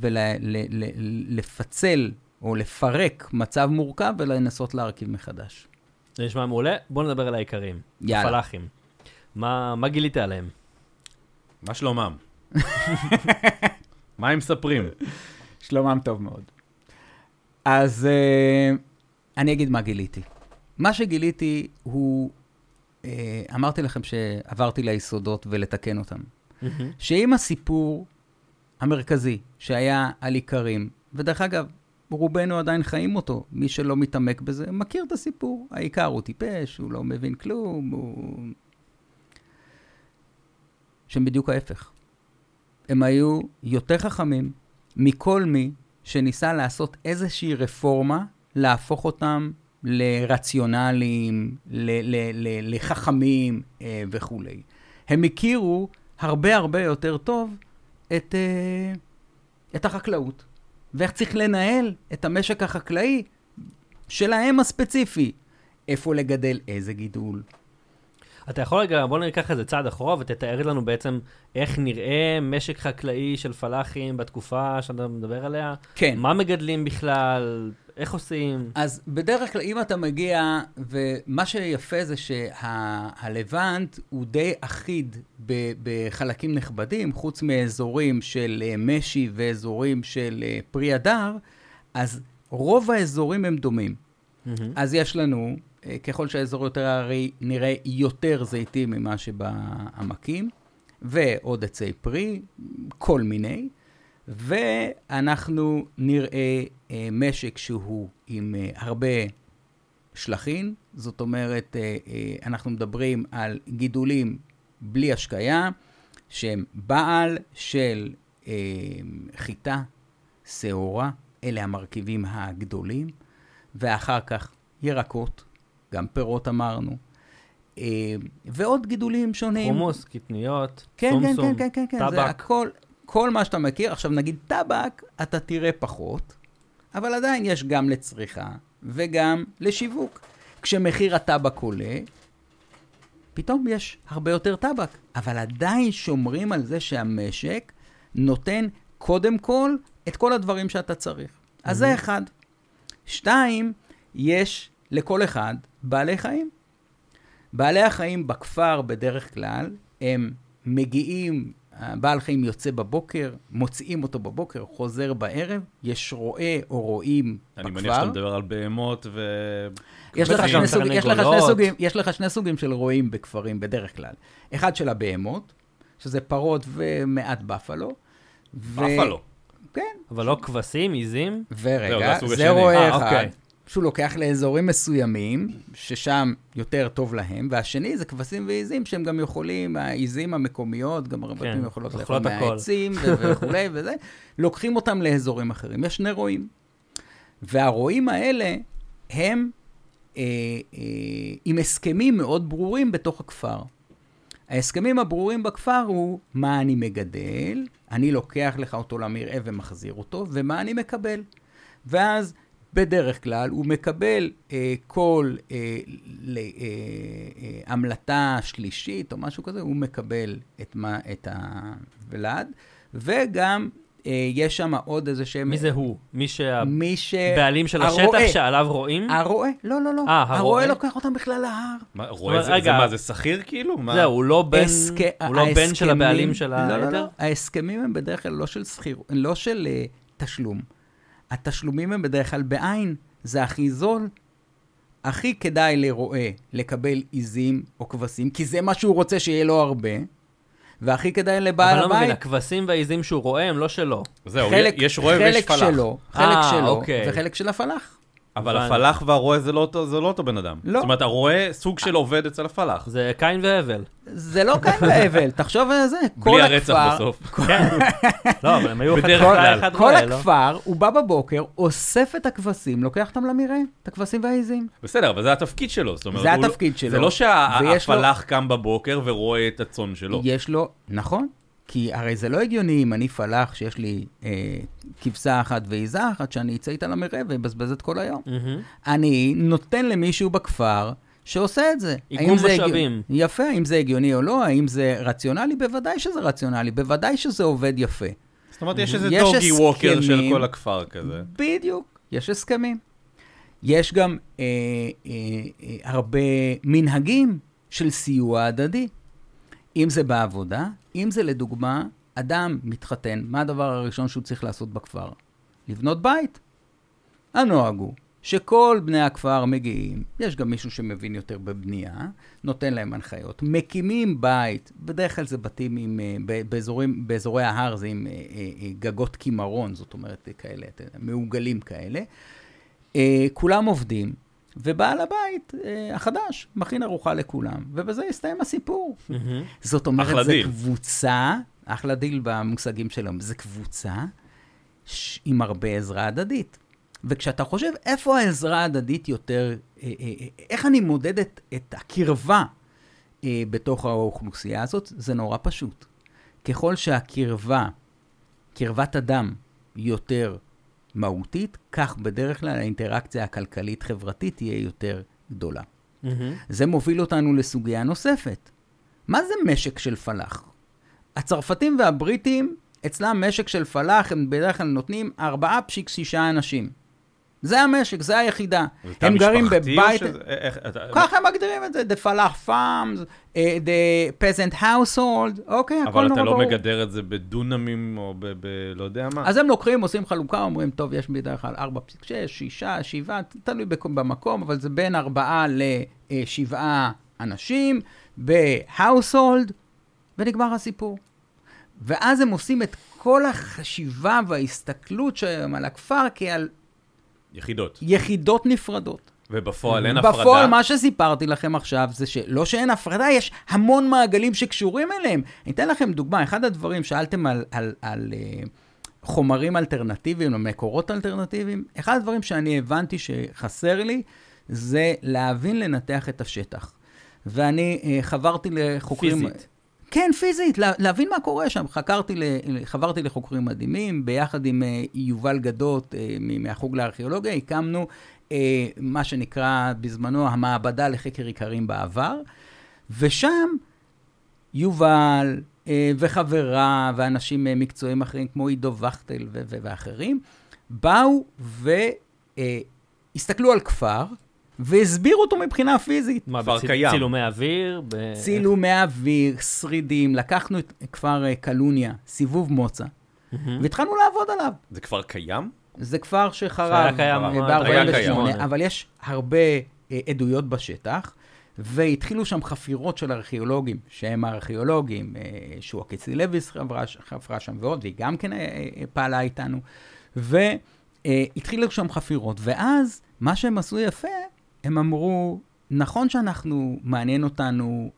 ולפצל או לפרק מצב מורכב ולנסות להרכיב מחדש. זה נשמע מעולה. בואו נדבר על העיקרים. יאללה. הפלאחים. מה גילית עליהם? מה שלומם? מה הם מספרים? שלומם טוב מאוד. אז אני אגיד מה גיליתי. מה שגיליתי הוא, אמרתי לכם שעברתי ליסודות ולתקן אותם. שאם הסיפור המרכזי שהיה על עיקרים, ודרך אגב, רובנו עדיין חיים אותו, מי שלא מתעמק בזה, מכיר את הסיפור. העיקר הוא טיפש, הוא לא מבין כלום, שהם בדיוק ההפך. הם היו יותר חכמים מכל מי שניסה לעשות איזושהי רפורמה, להפוך אותם לרציונליים, לחכמים וכו'. הם הכירו הרבה יותר טוב את החקלאות, ואיך צריך לנהל את המשק החקלאי שלהם הספציפי. איפה לגדל, איזה גידול. אתה יכול רגע, בוא ניקח איזה צעד אחורה ותתאר לנו בעצם איך נראה משק חקלאי של פלאחים בתקופה שאתה מדבר עליה. כן. מה מגדלים בכלל? איך עושים? אז בדרך כלל אם אתה מגיע, ומה שיפה זה שהלבנט הוא די אחיד בחלקים נכבדים, חוץ מאזורים של משי ואזורים של פרי הדר, אז רוב האזורים הם דומים. אז יש לנו, ככל שהאזור יותר הרי נראה יותר זיתים ממה שבעמקים, ועוד עצי פרי, כל מיני, ואנחנו נראה משק שהוא עם הרבה שלחין, זאת אומרת, אנחנו מדברים על גידולים בלי השקיה, שהם בעל של חיטה, שעורה, אלה המרכיבים הגדולים, ואחר כך ירקות, גם פירות אמרנו, ועוד גידולים שונים. חומוס, קטניות, כן, סומסום, כן, כן, כן, טבק. זה הכל, כל מה שאתה מכיר. עכשיו נגיד טבק, אתה תראה פחות, אבל עדיין יש גם לצריכה וגם לשיווק. כשמחיר הטבק עולה, פתאום יש הרבה יותר טבק, אבל עדיין שומרים על זה שהמשק נותן קודם כל את כל הדברים שאתה צריך. אז זה אחד. 2, יש לכל אחד בעלי חיים. בעלי החיים בכפר בדרך כלל, הם מגיעים, בעל חיים יוצא בבוקר, מוציאים אותו בבוקר, חוזר בערב, יש רועה או רועים בכפר. אני מניח שאתה מדבר על בהמות ו... יש לך שני סוגים של רועים בכפרים בדרך כלל. אחד של הבהמות, שזה פרות ומעט בפלו. בפלו? כן. אבל לא כבשים, עיזים? ורגע, זה רועה אחד. שהוא לוקח לאזורים מסוימים, ששם יותר טוב להם, והשני זה כבשים ועיזים, שהם גם יכולים, העיזים המקומיות, גם הרבה פעמים יכולות לאכול מהעצים וכולי וזה, לוקחים אותם לאזורים אחרים. יש שני רועים. והרועים האלה, הם עם הסכמים מאוד ברורים בתוך הכפר. ההסכמים הברורים בכפר הוא מה אני מגדל, אני לוקח לך אותו למרעה ומחזיר אותו, ומה אני מקבל. ואז בדרך כלל הוא מקבל כל המלטה שלישית או משהו כזה, הוא מקבל את הוולד, וגם יש שם עוד איזה שהם... מי זה הוא? מי שבעלים של השטח שעליו רואים? הרועה? לא. הרועה לוקח אותם בכלל להר. רועה זה מה? זה שכיר כאילו? זהו, הוא לא בן של הבעלים של העדר? לא. ההסכמים הם בדרך כלל לא של תשלום. התשלומים הם בדרך כלל בעין, זה הכי זול, הכי כדאי לרועה לקבל עיזים או כבשים, כי זה מה שהוא רוצה שיהיה לו הרבה, והכי כדאי לבעל אבל לא מבין, הבית, הכבשים והעיזים שהוא רואה הם לא שלו. זהו, יש רועה ויש פלח. חלק שלו, אוקיי. וחלק של הפלח. אבל הפלח והרועה זה לא אותו בן אדם. לא. זאת אומרת, הרועה סוג של עובד אצל הפלח. זה קין והבל. זה לא קין והבל, תחשוב על זה. בלי הרצח בסוף. כן. לא, אבל הם היו בדרך כלל. אחד כל רואה, לא? הכפר, הוא בא בבוקר, אוסף את הכבשים, לוקח אותם למרעה, את הכבשים והעיזים. בסדר, אבל זה התפקיד שלו. זאת אומרת, זה התפקיד שלו. זה לא ויש לו- שהפלח קם בבוקר ורואה את הצאן שלו. יש לו, נכון, כי הרי זה לא הגיוני אם אני פלח שיש לי כבשה אחת ועיזה אחת, שאני אצא איתה למרעה ובזבז את כל היום. מהמם. אני נותן למישהו בכפר שעושה את זה. איגום האם זה משאבים. יפה, האם זה הגיוני או לא, האם זה רציונלי? בוודאי שזה רציונלי, בוודאי שזה עובד יפה. זאת אומרת, יש איזה יש דוגי ווקר של הסכמים. כל הכפר כזה. בדיוק, יש הסכמים. יש גם הרבה מנהגים של סיוע הדדי. אם זה בעבודה, אם זה לדוגמה, אדם מתחתן, מה הדבר הראשון שהוא צריך לעשות בכפר? לבנות בית. הנוהג הוא שכל בני הכפר מגיעים, יש גם מישהו שמבין יותר בבנייה, נותן להם הנחיות, מקימים בית, בדרך כלל זה בתים עם, באזורי ההר זה עם גגות כימרון, זאת אומרת כאלה, מעוגלים כאלה, כולם עובדים, ובעל הבית החדש מכין ארוחה לכולם, ובזה יסתיים הסיפור. מהמם. זאת אומרת, אחלה זה דיל. קבוצה, אחלה דיל במושגים שלהם, זה קבוצה עם הרבה עזרה הדדית. וכשאתה חושב איפה העזרה ההדדית יותר, איך אני מודד את הקרבה בתוך האוכלוסייה הזאת, זה נורא פשוט. ככל שהקרבה, קרבת אדם יותר מהותית, כך בדרך כלל האינטראקציה הכלכלית-חברתית תהיה יותר גדולה. מהמם. זה מוביל אותנו לסוגיה נוספת. מה זה משק של פלח? הצרפתים והבריטים, אצלם משק של פלח, הם בדרך כלל נותנים 4.6 אנשים. זה המשק, זה היחידה. הם גרים בבית... ככה הם מגדירים את זה, the פלח farms, the peasant household, אוקיי, הכל אבל נורא אתה לא ברור. מגדר את זה בדונמים או לא יודע מה. אז הם לוקחים, עושים חלוקה, אומרים, טוב, יש בדרך כלל 4.6, 6, 7, תלוי במקום, אבל זה בין 4 ל-7 אנשים ב-household, ונגמר הסיפור. ואז הם עושים את כל החשיבה וההסתכלות שלהם על הכפר כעל יחידות. יחידות נפרדות. ובפועל אין הפרדה. בפועל, מה שסיפרתי לכם עכשיו זה שלא שאין הפרדה, יש המון מעגלים שקשורים אליהם. אני אתן לכם דוגמה, אחד הדברים, שאלתם על חומרים אלטרנטיביים, או מקורות אלטרנטיביים, אחד הדברים שאני הבנתי שחסר לי, זה להבין לנתח את השטח. ואני חברתי לחוקרים... פיזית. כן, פיזית, להבין מה קורה שם. חברתי לחוקרים מדהימים, ביחד עם יובל גדות מהחוג לארכיאולוגיה, הקמנו מה שנקרא בזמנו המעבדה לחקר עיקרים בעבר, ושם יובל וחברה ואנשים מקצועיים אחרים, כמו עידו וכטל ואחרים, באו והסתכלו על כפר, והסבירו אותו מבחינה פיזית. מה, כבר קיים. צילומי אוויר? צילומי אוויר, שרידים, לקחנו את כפר קלוניה, סיבוב מוצא, והתחלנו לעבוד עליו. זה כבר קיים? זה כפר שחרב שהיה קיים, היה קיים. ב-48, אבל יש הרבה עדויות בשטח, והתחילו שם חפירות של ארכיאולוגים, שהם הארכיאולוגים, שוע קצילביס חפרה שם ועוד, והיא גם כן פעלה איתנו, והתחילו שם חפירות, ואז מה שהם עשו יפה, הם אמרו, נכון שאנחנו, מעניין אותנו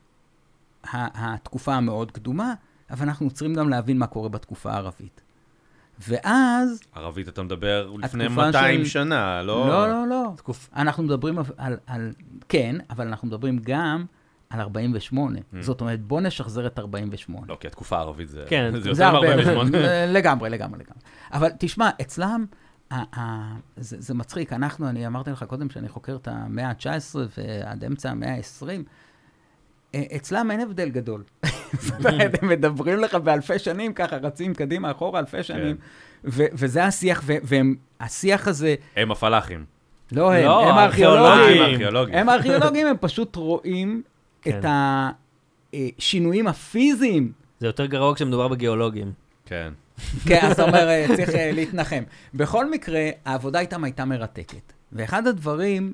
התקופה המאוד קדומה, אבל אנחנו צריכים גם להבין מה קורה בתקופה הערבית. ואז... ערבית אתה מדבר לפני התקופה 200 של- שנה, לא? לא. אנחנו מדברים על... כן, אבל אנחנו מדברים גם על 48. זאת אומרת, בוא נשחזר את 48. לא, כי התקופה הערבית זה... כן, זה זה יותר הרבה... מ-48. לגמרי. אבל תשמע, אצלם, זה מצחיק. אני אמרתי לך קודם שאני חוקר את המאה ה-19 ועד אמצע המאה ה-20, אצלם אין הבדל גדול. הם מדברים לך באלפי שנים, ככה רצים קדימה, אחורה אלפי שנים, וזה השיח, והשיח הזה... הם הפלאחים. לא הם, לא, הם הארכיאולוגים. הארכיאולוגים. הם הארכיאולוגים, הם פשוט רואים את השינויים הפיזיים. זה יותר גרוע כשמדובר בגיאולוגים. כן. כן, אז אתה אומר, צריך להתנחם. בכל מקרה, העבודה איתם הייתה מרתקת. ואחד הדברים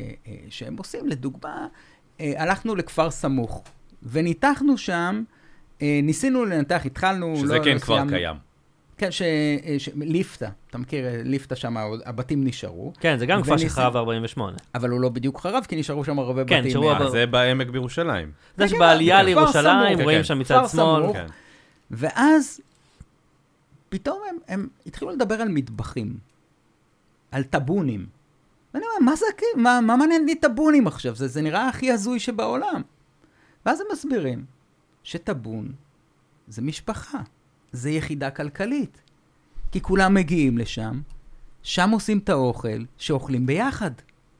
שהם עושים, לדוגמה, הלכנו לכפר סמוך, וניתחנו שם ניסינו לנתח, התחלנו... שזה כן כבר קיים. כן, ליפטה, אתה מכיר, ליפטה שם, הבתים נשארו. כן, זה גם כפר שחרב 48. אבל הוא לא בדיוק חרב, כי נשארו שם הרבה בתים. זה בעמק בירושלים. זה שבעלייה לירושלים, רואים שם מצד שמאל. ואז פתאום הם התחילו לדבר על מטבחים, על טבונים. ואני אומר, מה מעניין לי טבונים עכשיו? זה נראה הכי הזוי שבעולם. ואז הם מסבירים שטבון זה משפחה. זה יחידה כלכלית. כי כולם מגיעים לשם, שם עושים את האוכל, שאוכלים ביחד.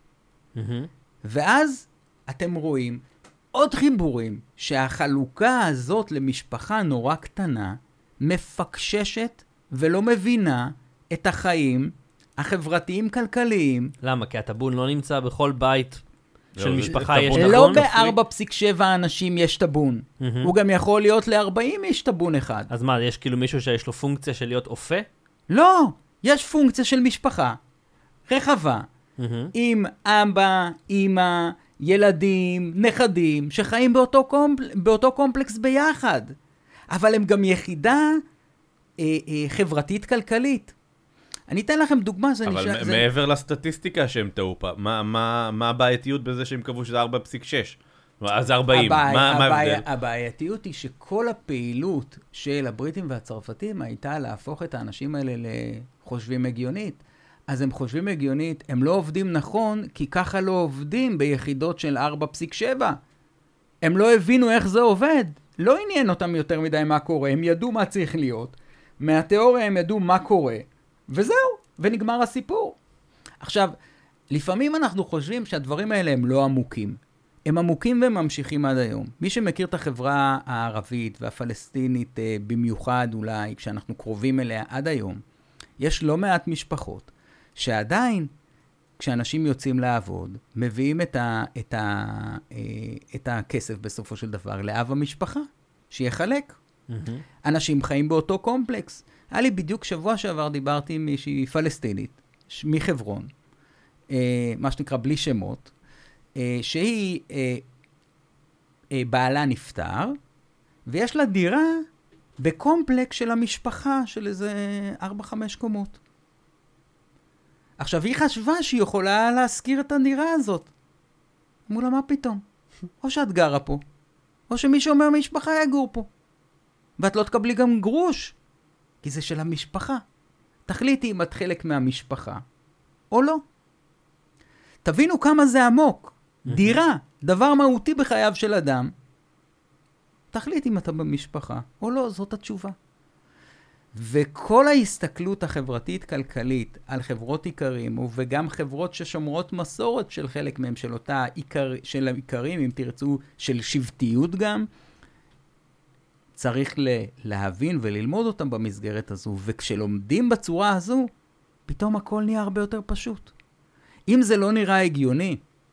ואז אתם רואים עוד חיבורים, שהחלוקה הזאת למשפחה נורא קטנה, מפקששת ולא מבינה את החיים החברתיים-כלכליים. למה? כי הטבון לא נמצא בכל בית של משפחה יש טבון? לא ב-4.7 אנשים יש טבון. הוא גם יכול להיות ל-40 יש טבון אחד. אז מה, יש כאילו מישהו שיש לו פונקציה של להיות אופה? לא, יש פונקציה של משפחה רחבה. עם אבא, אמא, ילדים, נכדים, שחיים באותו קומפלקס ביחד. אבל הם גם יחידה חברתית-כלכלית. אני אתן לכם דוגמה. אבל מעבר לסטטיסטיקה שהם טעו פה, מה הבעייתיות בזה שהם קבעו שזה 4.6? אז 40, מה ההבדל? הבעייתיות היא שכל הפעילות של הבריטים והצרפתים הייתה להפוך את האנשים האלה לחושבים הגיונית. אז הם חושבים הגיונית, הם לא עובדים נכון, כי ככה לא עובדים ביחידות של 4.7. הם לא הבינו איך זה עובד. לא עניין אותם יותר מדי מה קורה, הם ידעו מה צריך להיות. מהתיאוריה הם ידעו מה קורה. וזהו, ונגמר הסיפור. עכשיו, לפעמים אנחנו חושבים שהדברים האלה הם לא עמוקים. הם עמוקים וממשיכים עד היום. מי שמכיר את החברה הערבית והפלסטינית במיוחד אולי, כשאנחנו קרובים אליה עד היום, יש לא מעט משפחות שעדיין, כשאנשים יוצאים לעבוד, מביאים את הכסף בסופו של דבר לאב המשפחה, שיחלק. אנשים חיים באותו קומפלקס. היה לי בדיוק שבוע שעבר דיברתי עם מישהי פלסטינית, מחברון, מה שנקרא בלי שמות, שהיא בעלה נפטר, ויש לה דירה בקומפלקס של המשפחה של איזה 4-5 קומות. עכשיו, היא חשבה שהיא יכולה להזכיר את הדירה הזאת. אמרו לה, מה פתאום? או שאת גרה פה, או שמישהו אומר משפחה יגור פה. ואת לא תקבלי גם גרוש, כי זה של המשפחה. תחליטי אם את חלק מהמשפחה, או לא. תבינו כמה זה עמוק. דירה, דבר מהותי בחייו של אדם. תחליט אם אתה במשפחה, או לא, זאת התשובה. וכל ההסתכלות החברתית-כלכלית על חברות עיקרים, וגם חברות ששומרות מסורת של חלק מהם, של העיקרים, אם תרצו, של שבטיות גם, צריך להבין וללמוד אותם במסגרת הזו, וכשלומדים בצורה הזו, פתאום הכל נהיה הרבה יותר פשוט. אם זה לא נראה הגיוני,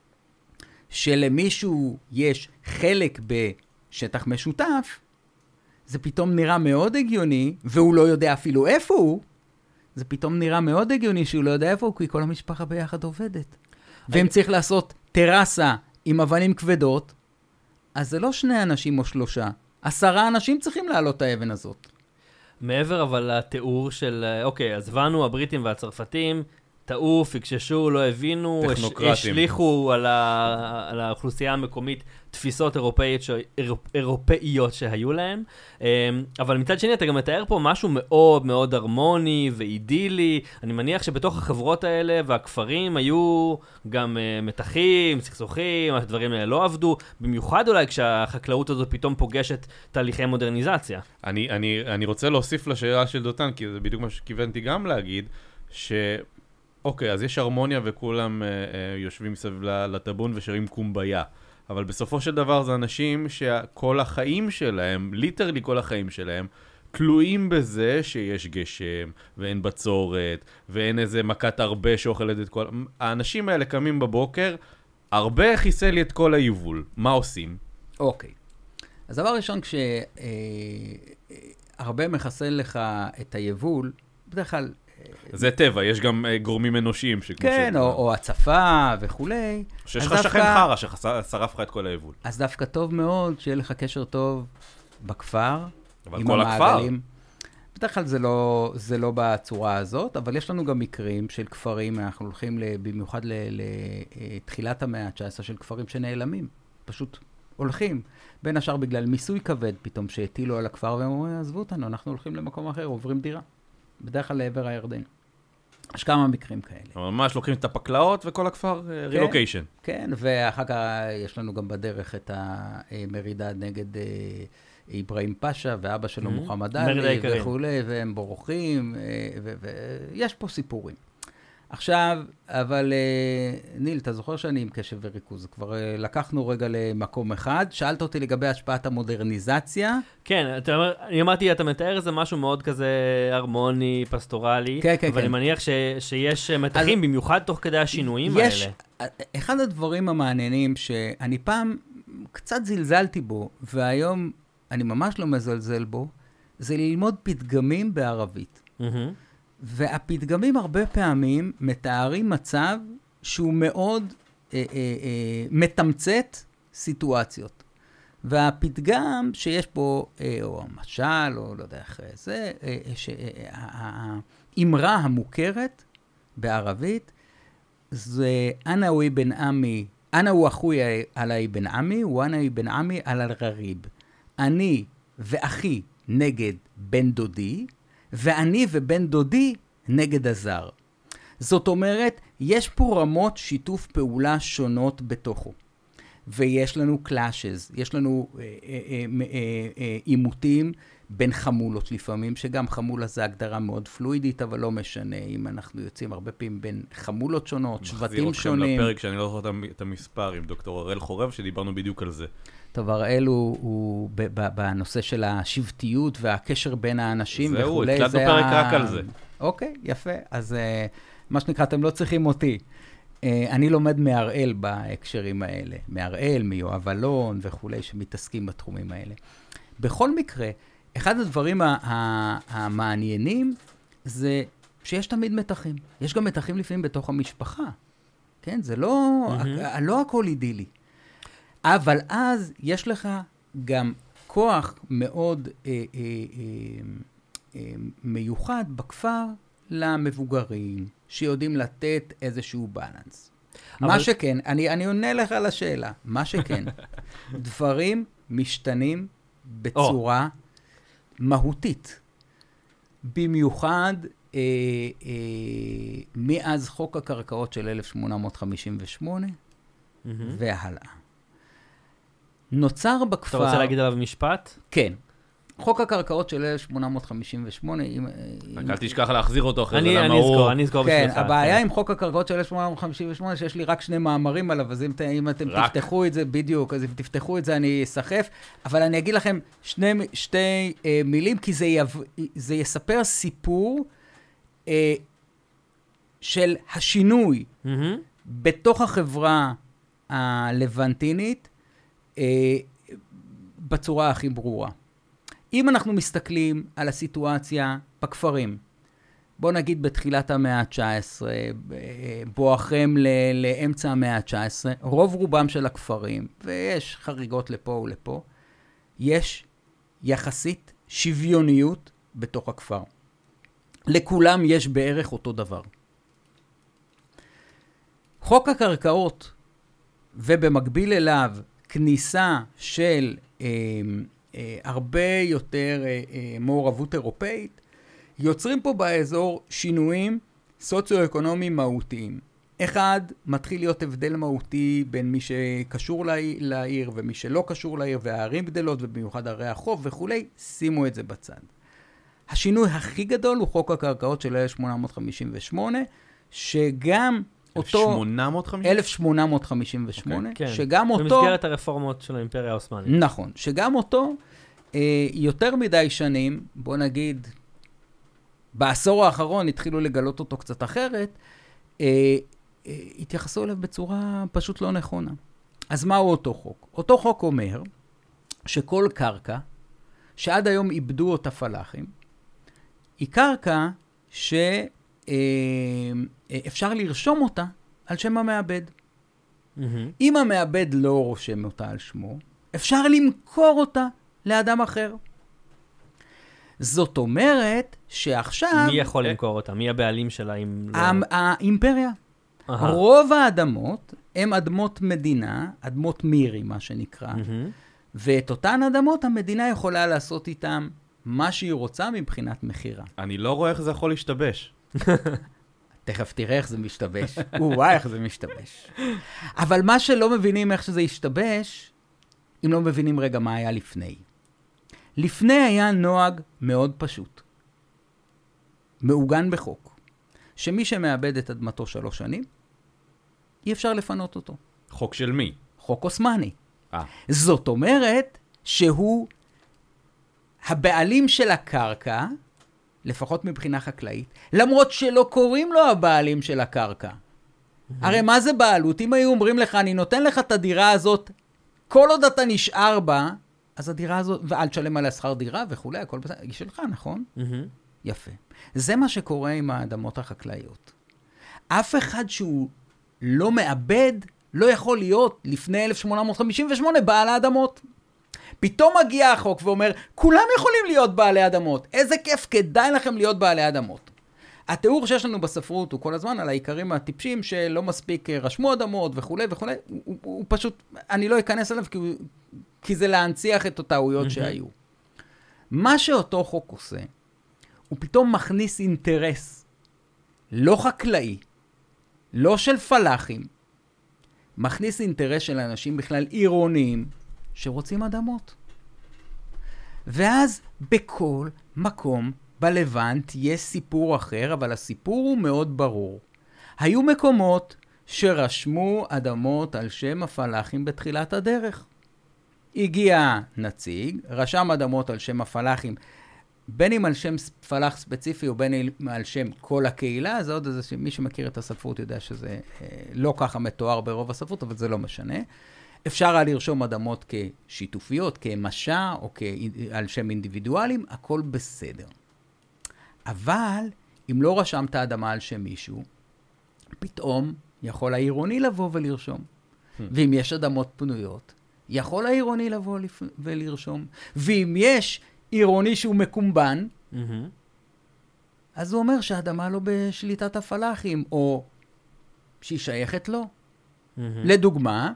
שלמישהו יש חלק בשטח משותף, זה פתאום נראה מאוד הגיוני, והוא לא יודע אפילו איפה הוא, זה פתאום נראה מאוד הגיוני שהוא לא יודע איפה הוא, כי כל המשפחה ביחד עובדת. ואם צריך לעשות טרסה עם אבנים כבדות, אז זה לא 2 אנשים או 3, 10 אנשים צריכים לעלות את האבן הזאת. מעבר אבל לתיאור של, אוקיי, אז הבנו הבריטים והצרפתים, טעו, פיקששו, לא הבינו, השליחו על האוכלוסייה המקומית תפיסות אירופאיות שהיו להם. אבל מצד שני, אתה גם מתאר פה משהו מאוד מאוד הרמוני ואידילי. אני מניח שבתוך החברות האלה והכפרים היו גם מתחים, סכסוכים, הדברים האלה לא עבדו, במיוחד אולי כשהחקלאות הזאת פתאום פוגשת תהליכי מודרניזציה. אני רוצה להוסיף לשאלה של דותן, כי זה בדיוק מה שכיוונתי גם להגיד, אוקיי, אז יש הרמוניה וכולם יושבים מסביב לטבון ושרים קומביה. אבל בסופו של דבר זה אנשים שכל החיים שלהם, ליטרלי כל החיים שלהם, תלויים בזה שיש גשם, ואין בצורת, ואין איזה מכת הרבה שאוכלת את כל... האנשים האלה קמים בבוקר, הרבה חיסל לי את כל היבול. מה עושים? אוקיי. אז דבר ראשון, כשהרבה מחסל לך את היבול, בדרך כלל... זה טבע, יש גם גורמים אנושיים כן, או הצפה וכולי. שיש לך שכן חרה ששרף לך את כל היבול. אז דווקא טוב מאוד שיהיה לך קשר טוב בכפר, אבל עם כל המעגלים. בדרך כלל זה לא בצורה הזאת, אבל יש לנו גם מקרים של כפרים, אנחנו הולכים במיוחד לתחילת המאה ה-19 של כפרים שנעלמים, פשוט הולכים, בין השאר בגלל מיסוי כבד פתאום שהטילו על הכפר, והם אומרים, עזבו אותנו, אנחנו הולכים למקום אחר, עוברים דירה, בדרך כלל לעבר הירדן. יש כמה מקרים כאלה. ממש לוקחים את הפקלאות וכל הכפר רילוקיישן. כן, ואחר כך יש לנו גם בדרך את המרידה נגד איברהים פאשה, ואבא שלו מוחמד עלי וכולי, והם בורחים, ויש פה סיפורים. עכשיו, אבל ניל, אתה זוכר שאני עם קשב וריכוז, כבר לקחנו רגע למקום אחד, שאלת אותי לגבי השפעת המודרניזציה. כן, אני אמרתי, אתה מתאר איזה משהו מאוד כזה הרמוני, פסטורלי, אבל אני מניח שיש מתחים במיוחד תוך כדי השינויים האלה. אחד הדברים המעניינים שאני פעם קצת זלזלתי בו, והיום אני ממש לא מזלזל בו, זה ללמוד פתגמים בערבית. והפתגמים הרבה פעמים מתארים מצב שהוא מאוד מתמצת סיטואציות. והפתגם שיש פה, או המשל, או לא יודע איך זה, האמרה המוכרת בערבית, זה אנה הוא אבן עמי, אנה הוא אחוי על אבן עמי, ואנה אבן עמי על אל-גריב. אני ואחי נגד בן דודי, ואני ובן דודי נגד הזר. זאת אומרת, יש פה רמות שיתוף פעולה שונות בתוכו. ויש לנו clashes, יש לנו עימותים בין חמולות לפעמים, שגם חמולה זה הגדרה מאוד פלואידית, אבל לא משנה אם אנחנו יוצאים הרבה פעמים בין חמולות שונות, שבטים שונים. מחזיר אתכם לפרק שאני לא זוכר את המספר עם דוקטור הראל חורב, שדיברנו בדיוק על זה. טוב, הראל הוא בנושא של השבטיות והקשר בין האנשים וכו'. זהו, הקלטנו פרק רק על זה. אוקיי, יפה. אז מה שנקרא, אתם לא צריכים אותי. אני לומד מהראל בהקשרים האלה. מהראל, מיואב אלון וכו', שמתעסקים בתחומים האלה. בכל מקרה, אחד הדברים המעניינים זה שיש תמיד מתחים. יש גם מתחים לפעמים בתוך המשפחה. כן? זה לא הכל אידילי. אבל אז יש לך גם כוח מאוד מיוחד בכפר למבוגרים, שיודעים לתת איזשהו בלנס. מה שכן, אני עונה לך על השאלה, מה שכן, דברים משתנים בצורה מהותית. במיוחד מאז חוק הקרקעות של 1858 והלאה. נוצר בכפר... אתה רוצה להגיד עליו משפט? כן. חוק הקרקעות של 1858... אל תשכח להחזיר אותו אחרי זה למאור. אני אזכור בשבילך. כן, הבעיה עם חוק הקרקעות של 1858, שיש לי רק 2 מאמרים עליו, אז אם אתם תפתחו את זה, בדיוק, אז אם תפתחו את זה אני אסחף, אבל אני אגיד לכם שתי מילים, כי זה יספר סיפור של השינוי בתוך החברה הלבנטינית, בצורה הכי ברורה. אם אנחנו מסתכלים על הסיטואציה בכפרים, בוא נגיד בתחילת המאה ה-19, בואכם לאמצע המאה ה-19, רוב רובם של הכפרים, ויש חריגות לפה ולפה, יש יחסית שוויוניות בתוך הכפר. לכולם יש בערך אותו דבר. חוק הקרקעות, ובמקביל אליו, כניסה של הרבה יותר מעורבות אירופאית, יוצרים פה באזור שינויים סוציו-אקונומיים מהותיים. אחד, מתחיל להיות הבדל מהותי בין מי שקשור לעיר ומי שלא קשור לעיר, והערים גדלות ובמיוחד ערי החוף וכו'. שימו את זה בצד. השינוי הכי גדול הוא חוק הקרקעות של 1858, שגם אותו... 1858, כן. שגם אותו... במסגרת הרפורמות של האימפריה האוסמנית. נכון, שגם אותו יותר מדי שנים, בוא נגיד, בעשור האחרון התחילו לגלות אותו קצת אחרת, התייחסו אליו בצורה פשוט לא נכונה. אז מהו אותו חוק? אותו חוק אומר שכל קרקע, שעד היום איבדו אותה פלאחים, היא קרקע שאפשר לרשום אותה על שם המעבד. אם המעבד לא רושם אותה על שמו, אפשר למכור אותה לאדם אחר. זאת אומרת שעכשיו... מי יכול למכור אותה? מי הבעלים שלה? האימפריה. רוב האדמות הם אדמות מדינה, אדמות מירי, מה שנקרא. ואת אותן אדמות המדינה יכולה לעשות איתן מה שהיא רוצה מבחינת מחירה. אני לא רואה איך זה יכול להשתבש. תכף תראה איך זה משתבש. וואי, איך זה משתבש. אבל מה שלא מבינים איך שזה ישתבש, אם לא מבינים רגע מה היה לפני. לפני היה נוהג מאוד פשוט. מעוגן בחוק. שמי שמאבד את אדמתו 3 שנים, אי אפשר לפנות אותו. חוק של מי? חוק אוסמני. זאת אומרת שהוא הבעלים של הקרקע, לפחות מבחינה חקלאית, למרות שלא קוראים לו הבעלים של הקרקע. הרי מה זה בעלות? אם היו אומרים לך, אני נותן לך את הדירה הזאת, כל עוד אתה נשאר בה, אז הדירה הזאת, ואל תשלם עליה שכר דירה וכולי, הכל בסדר, היא שלך, נכון? יפה. זה מה שקורה עם האדמות החקלאיות. אף אחד שהוא לא מאבד, לא יכול להיות לפני 1858 בעל האדמות. פתאום מגיע החוק ואומר, כולם יכולים להיות בעלי אדמות. איזה כיף, כדאי לכם להיות בעלי אדמות. התיאור שיש לנו בספרות הוא כל הזמן על העיקרים הטיפשים שלא מספיק רשמו אדמות וכו' וכו'. הוא פשוט, אני לא אכנס אליו כי זה להנציח את הטעויות שהיו. מה שאותו חוק עושה, הוא פתאום מכניס אינטרס, לא חקלאי, לא של פלאחים, מכניס אינטרס של אנשים בכלל עירוניים שרוצים אדמות. ואז בכל מקום בלבנט יש סיפור אחר, אבל הסיפור הוא מאוד ברור. היו מקומות שרשמו אדמות על שם הפלאחים בתחילת הדרך. הגיע נציג, רשם אדמות על שם הפלאחים, בין אם על שם פלאח ספציפי או בין אם על שם כל הקהילה, זה עוד איזה שמי שמכיר את הספרות יודע שזה לא ככה מתואר ברוב הספרות, אבל זה לא משנה. אפשר היה לרשום אדמות כשיתופיות, כמשע או על שם אינדיבידואלים, הכל בסדר. אבל אם לא רשמת אדמה על שם מישהו, פתאום יכול העירוני לבוא ולרשום. ואם יש אדמות פנויות, יכול העירוני לבוא ולרשום. ואם יש עירוני שהוא מקומבן, אז הוא אומר שהאדמה לא בשליטת הפלאחים, או שהיא שייכת לו. לדוגמה,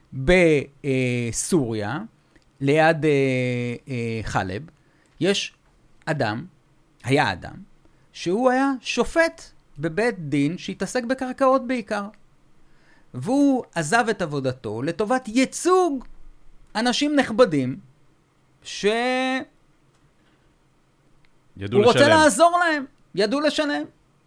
בסוריה, ליד חלב, יש היה אדם, שהוא היה שופט בבית דין שהתעסק בקרקעות בעיקר. והוא עזב את עבודתו לטובת ייצוג אנשים נכבדים, שהוא רוצה לעזור להם, ידעו לשלם.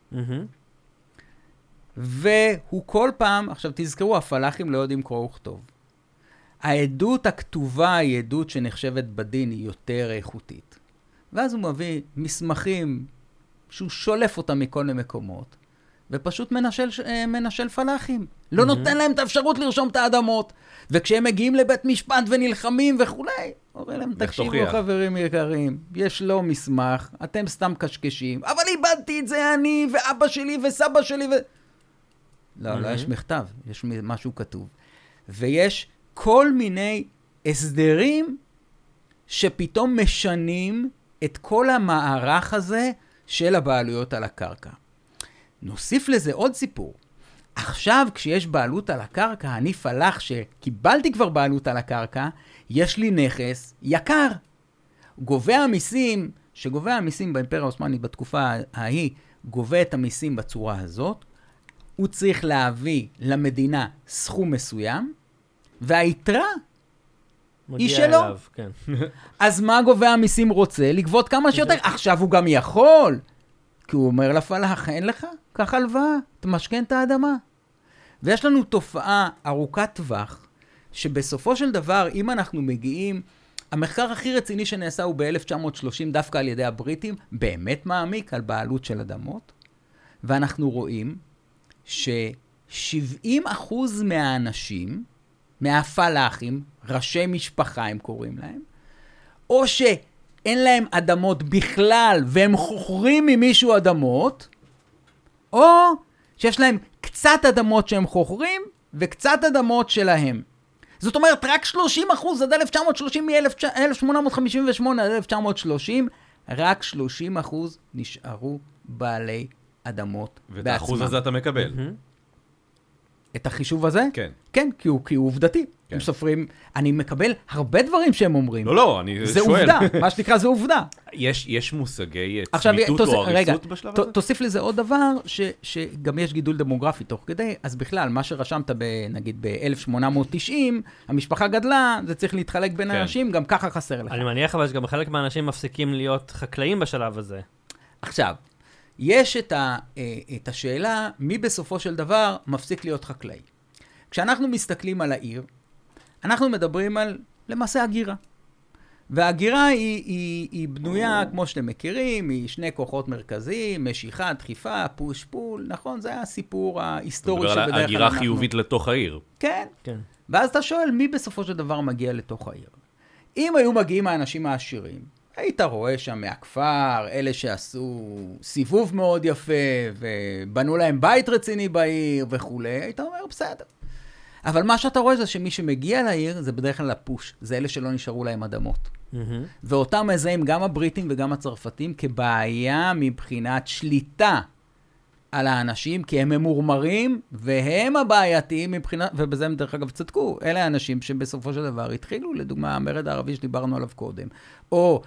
והוא כל פעם, עכשיו תזכרו, הפלאחים לא יודעים קרוא וכתוב. העדות הכתובה היא עדות שנחשבת בדין היא יותר איכותית. ואז הוא מביא מסמכים שהוא שולף אותם מכל מקומות, ופשוט מנשל פלאחים. לא נותן להם את האפשרות לרשום את האדמות. וכשהם מגיעים לבית משפט ונלחמים וכולי, אומרים להם, תקשיבו חברים יקרים, יש לו מסמך, אתם סתם קשקשים, אבל איבדתי את זה אני ואבא שלי וסבא שלי לא, יש מכתב, יש משהו כתוב. ויש כל מיני הסדרים שפתאום משנים את כל המערך הזה של הבעלויות על הקרקע. נוסיף לזה עוד סיפור. עכשיו, כשיש בעלות על הקרקע, אני פלאח שקיבלתי כבר בעלות על הקרקע, יש לי נכס יקר. גובה המיסים, שגובה המיסים באימפריה העות'מאנית בתקופה ההיא, גובה את המיסים בצורה הזאת, הוא צריך להביא למדינה סכום מסוים, והיתרה היא שלו. אליו, כן. אז מה גובה המיסים רוצה? לגבות כמה שיותר. עכשיו הוא גם יכול. כי הוא אומר לפלאח, אין לך? קח הלוואה, תמשכן את האדמה. ויש לנו תופעה ארוכת טווח, שבסופו של דבר, אם אנחנו מגיעים, המחקר הכי רציני שנעשה הוא ב-1930, דווקא על ידי הבריטים, באמת מעמיק על בעלות של אדמות, ואנחנו רואים ש70% מהאנשים, מהפלאחים, ראשי משפחה הם קוראים להם, או שאין להם אדמות בכלל, והם חוכרים ממישהו אדמות, או שיש להם קצת אדמות שהם חוכרים, וקצת אדמות שלהם. זאת אומרת, רק 30% עד 1930, מ-1858 עד 1930, רק 30% נשארו בעלי אדמות בעצמם. ואת האחוז הזה אתה מקבל. את החישוב הזה? כן. כן, כי הוא עובדתי. כן. הם סופרים, אני מקבל הרבה דברים שהם אומרים. לא, אני זה שואל. עובדה, מה שנקרא זה עובדה. יש מושגי עכשיו, צמיתות או עריסות בשלב הזה? תוסיף לזה עוד דבר, שגם יש גידול דמוגרפי תוך כדי, אז בכלל, מה שרשמת נגיד ב-1890, המשפחה גדלה, זה צריך להתחלק בין האנשים, גם ככה חסר לך. אני מניח אבל שגם חלק מהאנשים מפסיקים להיות חקלאים בשלב הזה. עכשיו, יש את השאלה, מי בסופו של דבר מפסיק להיות חקלאי. כשאנחנו מסתכלים על העיר, אנחנו מדברים על, למעשה, הגירה. וההגירה היא בנויה, כמו שאתם מכירים, משני כוחות מרכזיים, משיכה, דחיפה, פוש פול, נכון? זה הסיפור ההיסטורי שבדרך כלל אנחנו... הגירה חיובית לתוך העיר. כן. כן. ואז אתה שואל, מי בסופו של דבר מגיע לתוך העיר? אם היו מגיעים האנשים העשירים, היית רואה שם מהכפר, אלה שעשו סיבוב מאוד יפה, ובנו להם בית רציני בעיר וכו', היית אומר, בסדר. אבל מה שאתה רואה זה שמי שמגיע לעיר, זה בדרך כלל הפוש. זה אלה שלא נשארו להם אדמות. ואותם מזהים גם הבריטים וגם הצרפתים כבעיה מבחינת שליטה על האנשים, כי הם ממורמרים, והם הבעייתיים מבחינת, ובזה הם דרך אגב צדקו. אלה האנשים שבסופו של דבר התחילו, לדוגמה, המרד הערבי שדיברנו עליו קודם, או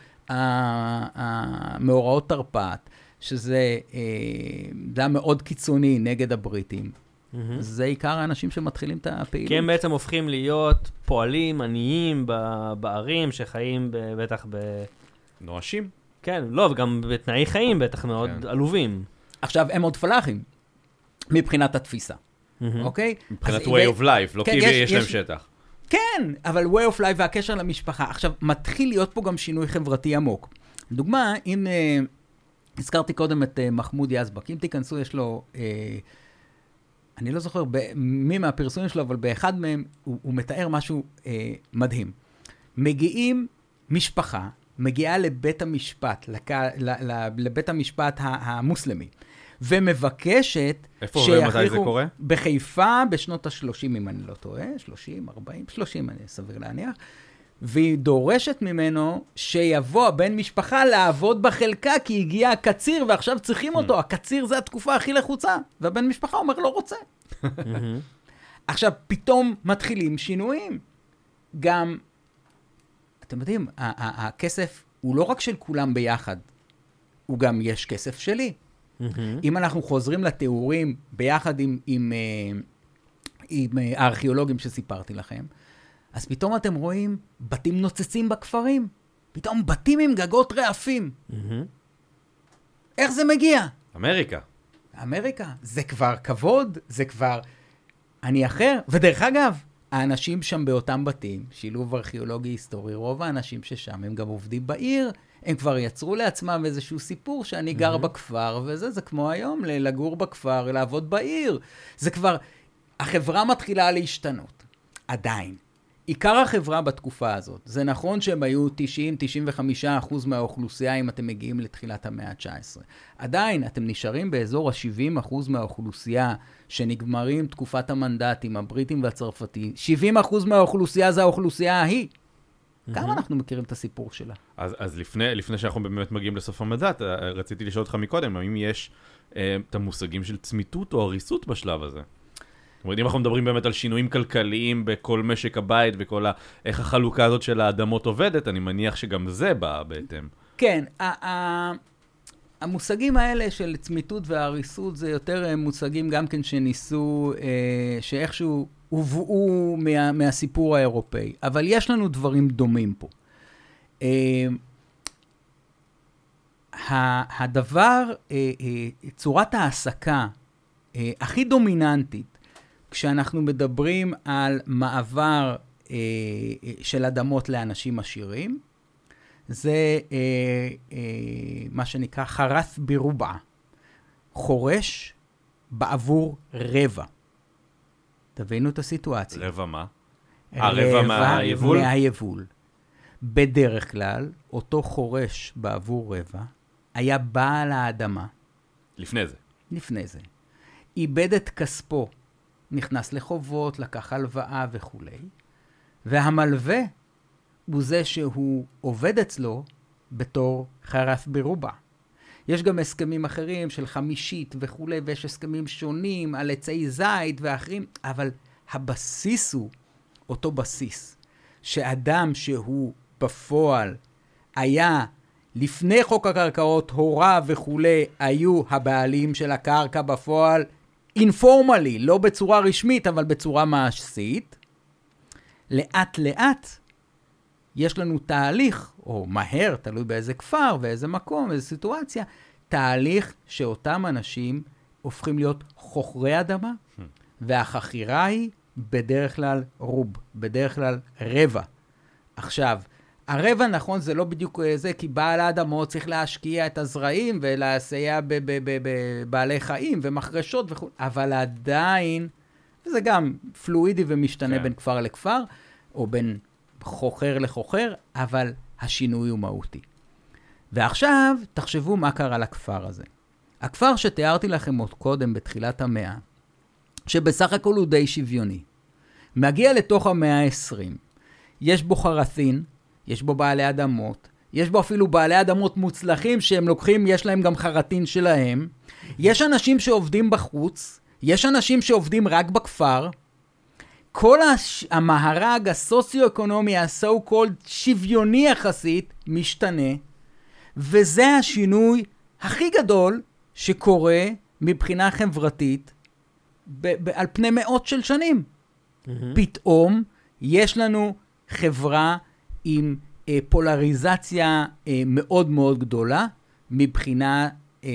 המאורעות תרפ"ט, שזה היה מאוד קיצוני נגד הבריטים. זה עיקר האנשים שמתחילים את הפעילות. כי הם בעצם הופכים להיות פועלים עניים בערים, שחיים בטח נואשים. כן, לא, וגם בתנאי חיים בטח מאוד עלובים. עכשיו, הם עוד פלאחים, מבחינת התפיסה, אוקיי? מבחינת way of life, לא כי יש להם שטח. כן, אבל way of life והקשר למשפחה. עכשיו, מתחיל להיות פה גם שינוי חברתי עמוק. לדוגמה, אם הזכרתי קודם את מחמוד יזבק, אם תיכנסו, יש לו... אני לא זוכר מי מהפרסומים שלו, אבל באחד מהם הוא מתאר משהו מדהים. מגיעים משפחה, מגיעה לבית המשפט, לבית המשפט המוסלמי, ומבקשת איפה ומתי זה קורה? בחיפה בשנות ה-30, אם אני לא טועה, 30, 40, 30, אני סביר להניח, והיא דורשת ממנו שיבוא הבן משפחה לעבוד בחלקה, כי הגיע הקציר ועכשיו צריכים אותו. הקציר זה התקופה הכי לחוצה, והבן משפחה אומר לא רוצה. עכשיו, פתאום מתחילים שינויים. גם, אתם יודעים, הכסף הוא לא רק של כולם ביחד, הוא גם יש כסף שלי. אם אנחנו חוזרים לתיאורים ביחד עם הארכיאולוגים שסיפרתי לכם, אז פתאום אתם רואים בתים נוצצים בכפרים. פתאום בתים עם גגות רעפים. איך זה מגיע? אמריקה. אמריקה. זה כבר כבוד, זה כבר... אני אחר. ודרך אגב, האנשים שם באותם בתים, שילוב ארכיאולוגי היסטורי, רוב האנשים ששם הם גם עובדים בעיר, הם כבר יצרו לעצמם איזשהו סיפור שאני גר בכפר, וזה, זה כמו היום, לגור בכפר, לעבוד בעיר. זה כבר... החברה מתחילה להשתנות. עדיין. עיקר החברה בתקופה הזאת, זה נכון שהם היו 90-95% מהאוכלוסייה אם אתם מגיעים לתחילת המאה ה-19. עדיין אתם נשארים באזור ה-70% מהאוכלוסייה שנגמרים תקופת המנדטים, הבריטים והצרפתים. 70% מהאוכלוסייה זה האוכלוסייה ההיא. כמה אנחנו מכירים את הסיפור שלה? אז לפני שאנחנו באמת מגיעים לסוף המנדט, רציתי לשאול אותך מקודם, האם יש את המושגים של צמיתות או עריסות בשלב הזה? זאת אומרת, אם אנחנו מדברים באמת על שינויים כלכליים בכל משק הבית וכל איך החלוקה הזאת של האדמות עובדת, אני מניח שגם זה בא בהתאם. כן, המושגים האלה של צמיתות והעריסות זה יותר מושגים גם כן שניסו, שאיכשהו הובאו מהסיפור האירופאי. אבל יש לנו דברים דומים פה. הדבר, צורת העסקה הכי דומיננטית, כשאנחנו מדברים על מעבר של אדמות לאנשים עשירים, זה מה שנקרא חרס ברובע, חורש בעבור רבע. תבינו את הסיטואציה. רבע מה? רבע מהיבול? מהיבול. בדרך כלל, אותו חורש בעבור רבע, היה בעל האדמה. לפני זה. לפני זה. איבד את כספו. נכנס לחובות, לקח הלוואה וכו'. והמלווה הוא זה שהוא עובד אצלו בתור חרס ברובה. יש גם הסכמים אחרים של חמישית וכו', ויש הסכמים שונים על עצי זית ואחרים, אבל הבסיס הוא אותו בסיס, שאדם שהוא בפועל היה לפני חוק הקרקעות, הוריו וכו', היו הבעלים של הקרקע בפועל, אינפורמלי, לא בצורה רשמית, אבל בצורה מעשית. לאט לאט יש לנו תהליך, או מהר, תלוי באיזה כפר ואיזה מקום, איזו סיטואציה, תהליך שאותם אנשים הופכים להיות חוכרי אדמה, והחכירה היא בדרך כלל רוב, בדרך כלל רבע. עכשיו, הרבע נכון זה לא בדיוק זה, כי בעל האדמות צריך להשקיע את הזרעים ולסייע בבעלי חיים ומחרשות וכו', אבל עדיין, זה גם פלואידי ומשתנה בין כפר לכפר, או בין חוכר לחוכר, אבל השינוי הוא מהותי. ועכשיו תחשבו מה קרה לכפר הזה. הכפר שתיארתי לכם עוד קודם בתחילת המאה, שבסך הכל הוא די שוויוני, מגיע לתוך המאה ה-20, יש בו חרסין, יש בו בעלי אדמות, יש בו אפילו בעלי אדמות מוצלחים שהם לוקחים, יש להם גם חרטין שלהם, יש אנשים שעובדים בחוץ, יש אנשים שעובדים רק בכפר, כל המהרג הסוציו-אקונומי, ה-so called שוויוני יחסית, משתנה, וזה השינוי הכי גדול שקורה מבחינה חברתית על פני מאות של שנים. פתאום יש לנו חברה עם פולריזציה מאוד מאוד גדולה מבחינה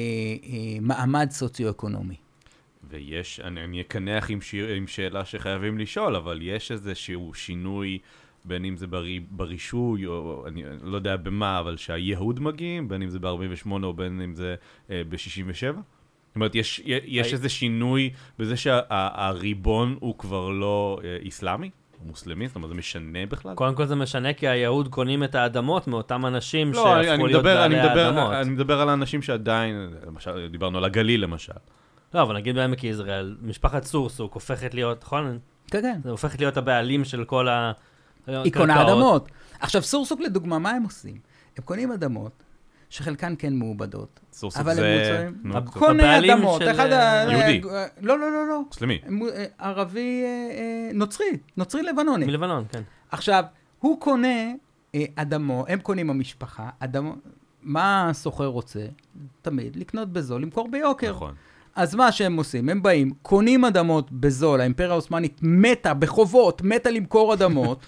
מעמד סוציו-אקונומי. ויש, אני אקנח עם שאלה שחייבים לשאול, אבל יש איזשהו שינוי, בין אם זה ברישוי, או אני לא יודע במה, אבל שהיהוד מגיעים, בין אם זה ב-48 או בין אם זה ב-67? זאת אומרת, יש איזה שינוי בזה שהריבון הוא כבר לא איסלאמי? מוסלמי? זאת אומרת, זה משנה בכלל? קודם כל זה משנה כי היהוד קונים את האדמות מאותם אנשים שהפכו להיות בעלי האדמות. אני מדבר על האנשים שעדיין, למשל, דיברנו על הגליל למשל. לא, אבל נגיד בעמק יזרעאל, משפחת סורסוק הופכת להיות, נכון? כן. זה הופכת להיות הבעלים של כל היא קונה אדמות. עכשיו, סורסוק לדוגמה, מה הם עושים? הם קונים אדמות, שחלקן כן מעובדות. סורסוק זה... קונה אדמות. יהודי. לא. מוסלמי. ערבי נוצרי לבנוני. מלבנון, כן. עכשיו, הוא קונה אדמות, הם קונים המשפחה, אדמות, מה הסוחר רוצה? תמיד, לקנות בזול, למכור ביוקר. נכון. אז מה שהם עושים? הם באים, קונים אדמות בזול, האימפריה העות'מאנית מתה בחובות, מתה למכור אדמות,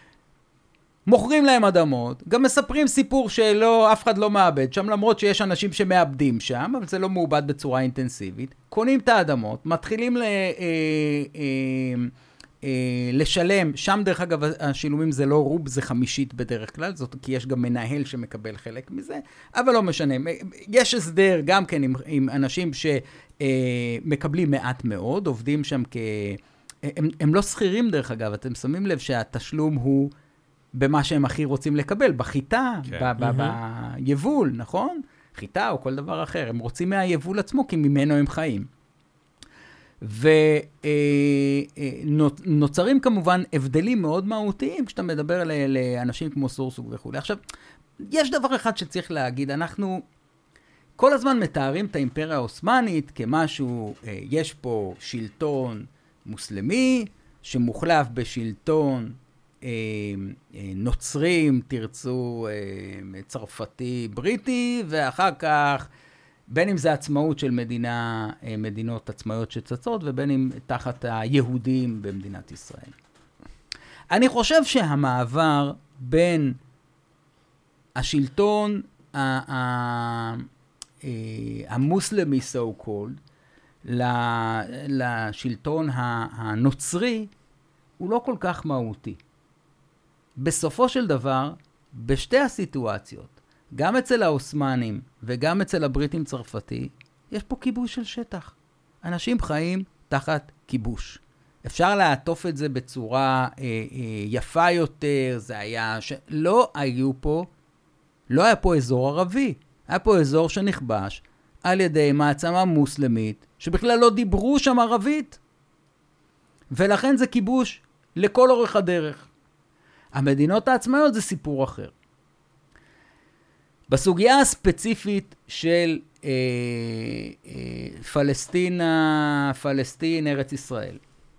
מוכרים להם אדמות, גם מספרים סיפור אף אחד לא מאבד שם, למרות שיש אנשים שמאבדים שם, אבל זה לא מעובד בצורה אינטנסיבית, קונים את האדמות, מתחילים לשלם, שם דרך אגב השילומים זה לא רוב, זה חמישית בדרך כלל, זאת כי יש גם מנהל שמקבל חלק מזה, אבל לא משנה, יש הסדר גם כן עם אנשים שמקבלים מעט מאוד, עובדים שם הם לא שכירים דרך אגב, אתם שמים לב שהתשלום הוא במה שהם הכי רוצים לקבל, בחיטה, ביבול, נכון? חיטה או כל דבר אחר, הם רוצים מהיבול עצמו כי ממנו הם חיים. ונוצרים כמובן הבדלים מאוד מהותיים כשאתה מדבר לאנשים כמו סורסוק וכו'. עכשיו, יש דבר אחד שצריך להגיד, אנחנו כל הזמן מתארים את האימפריה העות'מאנית כמשהו, יש פה שלטון מוסלמי שמוחלף בשלטון נוצרים, תרצו צרפתי, בריטי, ואחר כך בין אם זה עצמאות של מדינות עצמאיות שצצות, ובין אם תחת היהודים במדינת ישראל. אני חושב שהמעבר בין השלטון המוסלמי so called לשלטון הנוצרי הוא לא כל כך מהותי. בסופו של דבר, בשתי הסיטואציות, גם אצל העות'מאנים וגם אצל הבריטים צרפתי, יש פה כיבוש של שטח. אנשים חיים תחת כיבוש. אפשר לעטוף את זה בצורה יפה יותר, זה היה לא היה פה אזור ערבי, היה פה אזור שנכבש על ידי מעצמה מוסלמית, שבכלל לא דיברו שם ערבית. ולכן זה כיבוש לכל אורך הדרך. המדינות העצמאיות זה סיפור אחר. בסוגיה הספציפית של פלסטין, ארץ ישראל,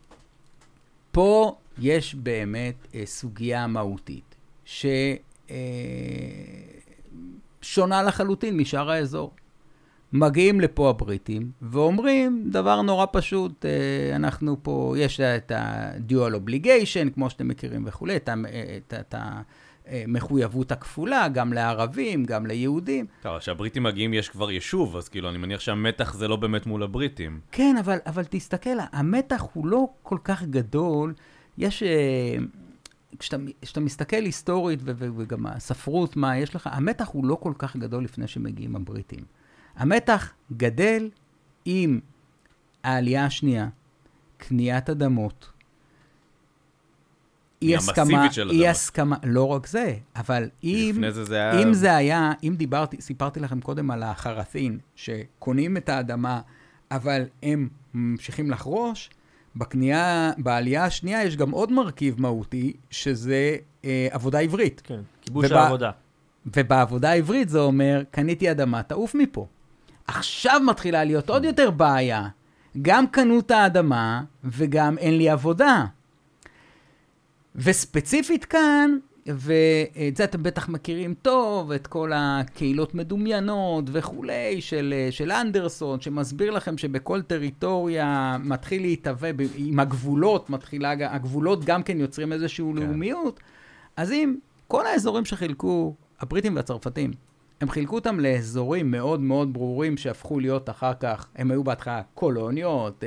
פה יש באמת סוגיה מהותית, ששונה לחלוטין משאר האזור. מגיעים לפה הבריטים ואומרים דבר נורא פשוט, אנחנו פה, יש את ה-dual obligation, כמו שאתם מכירים וכו', את המחויבות הכפולה, גם לערבים, גם ליהודים. טוב, כשהבריטים מגיעים יש כבר יישוב, אז כאילו אני מניח שהמתח זה לא באמת מול הבריטים. כן, אבל תסתכל, המתח הוא לא כל כך גדול, יש... כשאתה מסתכל היסטורית וגם הספרות, מה יש לך, המתח הוא לא כל כך גדול לפני שמגיעים הבריטים. המתח גדל עם העלייה השנייה, קניית אדמות, אי הסכמה, לא רק זה, אבל אם זה היה, אם סיפרתי לכם קודם על החרת'ין, שקונים את האדמה, אבל הם ממשיכים לחרוש, בעלייה השנייה יש גם עוד מרכיב מהותי, שזה עבודה עברית. כן, כיבוש העבודה. ובעבודה העברית זה אומר, קניתי אדמה, תעוף מפה. עכשיו מתחילה להיות עוד יותר בעיה. גם קנו את האדמה, וגם אין לי עבודה. וספציפית כאן, ואת זה אתם בטח מכירים טוב, את כל הקהילות מדומיינות וכולי, של אנדרסון, שמסביר לכם שבכל טריטוריה מתחיל להתהווה, עם הגבולות, הגבולות גם כן יוצרים איזשהו לאומיות, אז אם כל האזורים שחילקו, הבריטים והצרפתים, הם חילקו אותם לאזורים מאוד מאוד ברורים, שהפכו להיות אחר כך, הם היו בהתחלה קולוניות,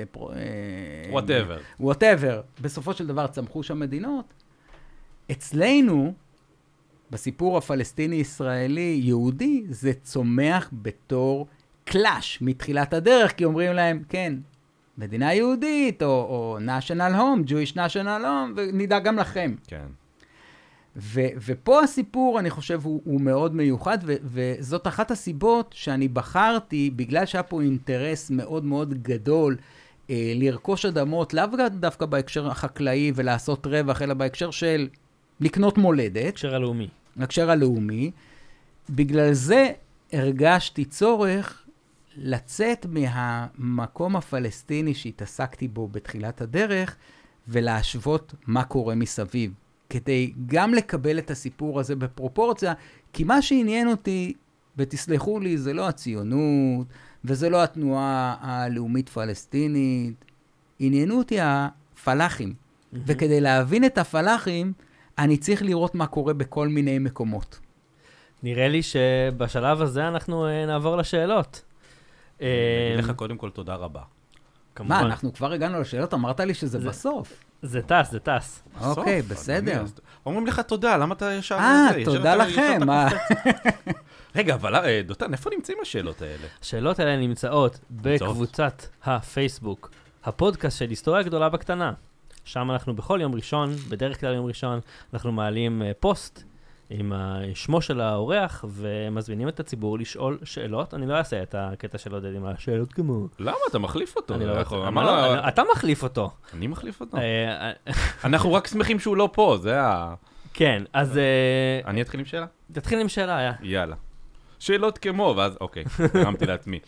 whatever. בסופו של דבר צמחו שם מדינות. אצלנו, בסיפור הפלסטיני-ישראלי יהודי, זה צומח בתור קלאש מתחילת הדרך, כי אומרים להם, כן, מדינה יהודית, או national home, Jewish national home, ונדע גם לכם. כן. ופה הסיפור, אני חושב, הוא מאוד מיוחד, וזאת אחת הסיבות שאני בחרתי, בגלל שהיה פה אינטרס מאוד מאוד גדול, לרכוש אדמות, לאו דווקא בהקשר החקלאי ולעשות רווח, אלא בהקשר של לקנות מולדת. הקשר הלאומי. הקשר הלאומי. בגלל זה הרגשתי צורך לצאת מהמקום הפלסטיני שהתעסקתי בו בתחילת הדרך, ולהשוות מה קורה מסביב. כדי גם לקבל את הסיפור הזה בפרופורציה, כי מה שעניין אותי, ותסלחו לי, זה לא הציונות, וזה לא התנועה הלאומית פלסטינית, עניינו אותי הפלאחים. וכדי להבין את הפלאחים, אני צריך לראות מה קורה בכל מיני מקומות. נראה לי שבשלב הזה אנחנו נעבור לשאלות. אני אגיד לך קודם כל תודה רבה. מה, אנחנו כבר הגענו לשאלות? אמרת לי שזה בסוף. זה טס. אוקיי, בסדר. אומרים לך תודה, למה אתה ישר... תודה לכם. רגע, אבל דותן, איפה נמצאים השאלות האלה? השאלות האלה נמצאות בקבוצת הפייסבוק, הפודקאסט של היסטוריה גדולה בקטנה. שם אנחנו בכל יום ראשון, בדרך כלל יום ראשון, אנחנו מעלים פוסט עם שמו של האורח, ומזמינים את הציבור לשאול שאלות. אני לא אעשה את הקטע של עודד עם השאלות כמו... למה? אתה מחליף אותו. אני לא רוצה. אתה מחליף אותו. אני מחליף אותו. אנחנו רק שמחים שהוא לא פה, זה ה... כן, אז... אני אתחיל עם שאלה? תתחיל עם שאלה, יאללה. שאלות כמו, ואז, אוקיי, הרמתי לעצמי.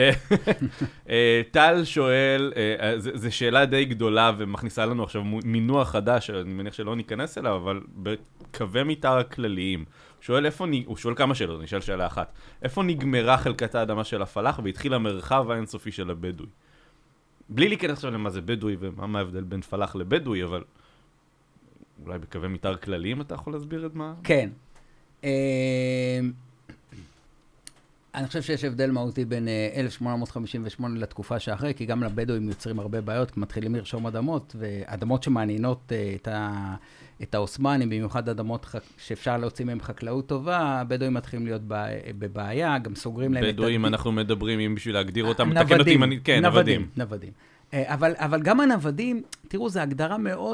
טל שואל, זו שאלה די גדולה ומכניסה לנו עכשיו מינוח חדש, אני מניח שלא ניכנס אליו, אבל בקווי מתאר הכלליים. הוא שואל כמה שאלות, אני אשאל שאלה אחת. איפה נגמרה חלקת האדמה של הפלאח והתחיל המרחב האינסופי של הבדואי? בלי להיכנס עכשיו למה זה בדואי ומה ההבדל בין פלאח לבדואי, אבל אולי בקווי מתאר כלליים אתה יכול להסביר את מה? כן. אני חושב שיש הבדל מהותי בין 1858 לתקופה שאחרי, כי גם לבדואים יוצרים הרבה בעיות, כי מתחילים לרשום אדמות, ואדמות שמעניינות את האוסמנים, במיוחד אדמות שאפשר להוציא מהם חקלאות טובה, הבדואים מתחילים להיות בבעיה, גם סוגרים להם את... בדואים אנחנו מדברים, אם בשביל להגדיר אותם, נוודים. כן, נוודים. אבל גם הנוודים, תראו, זו הגדרה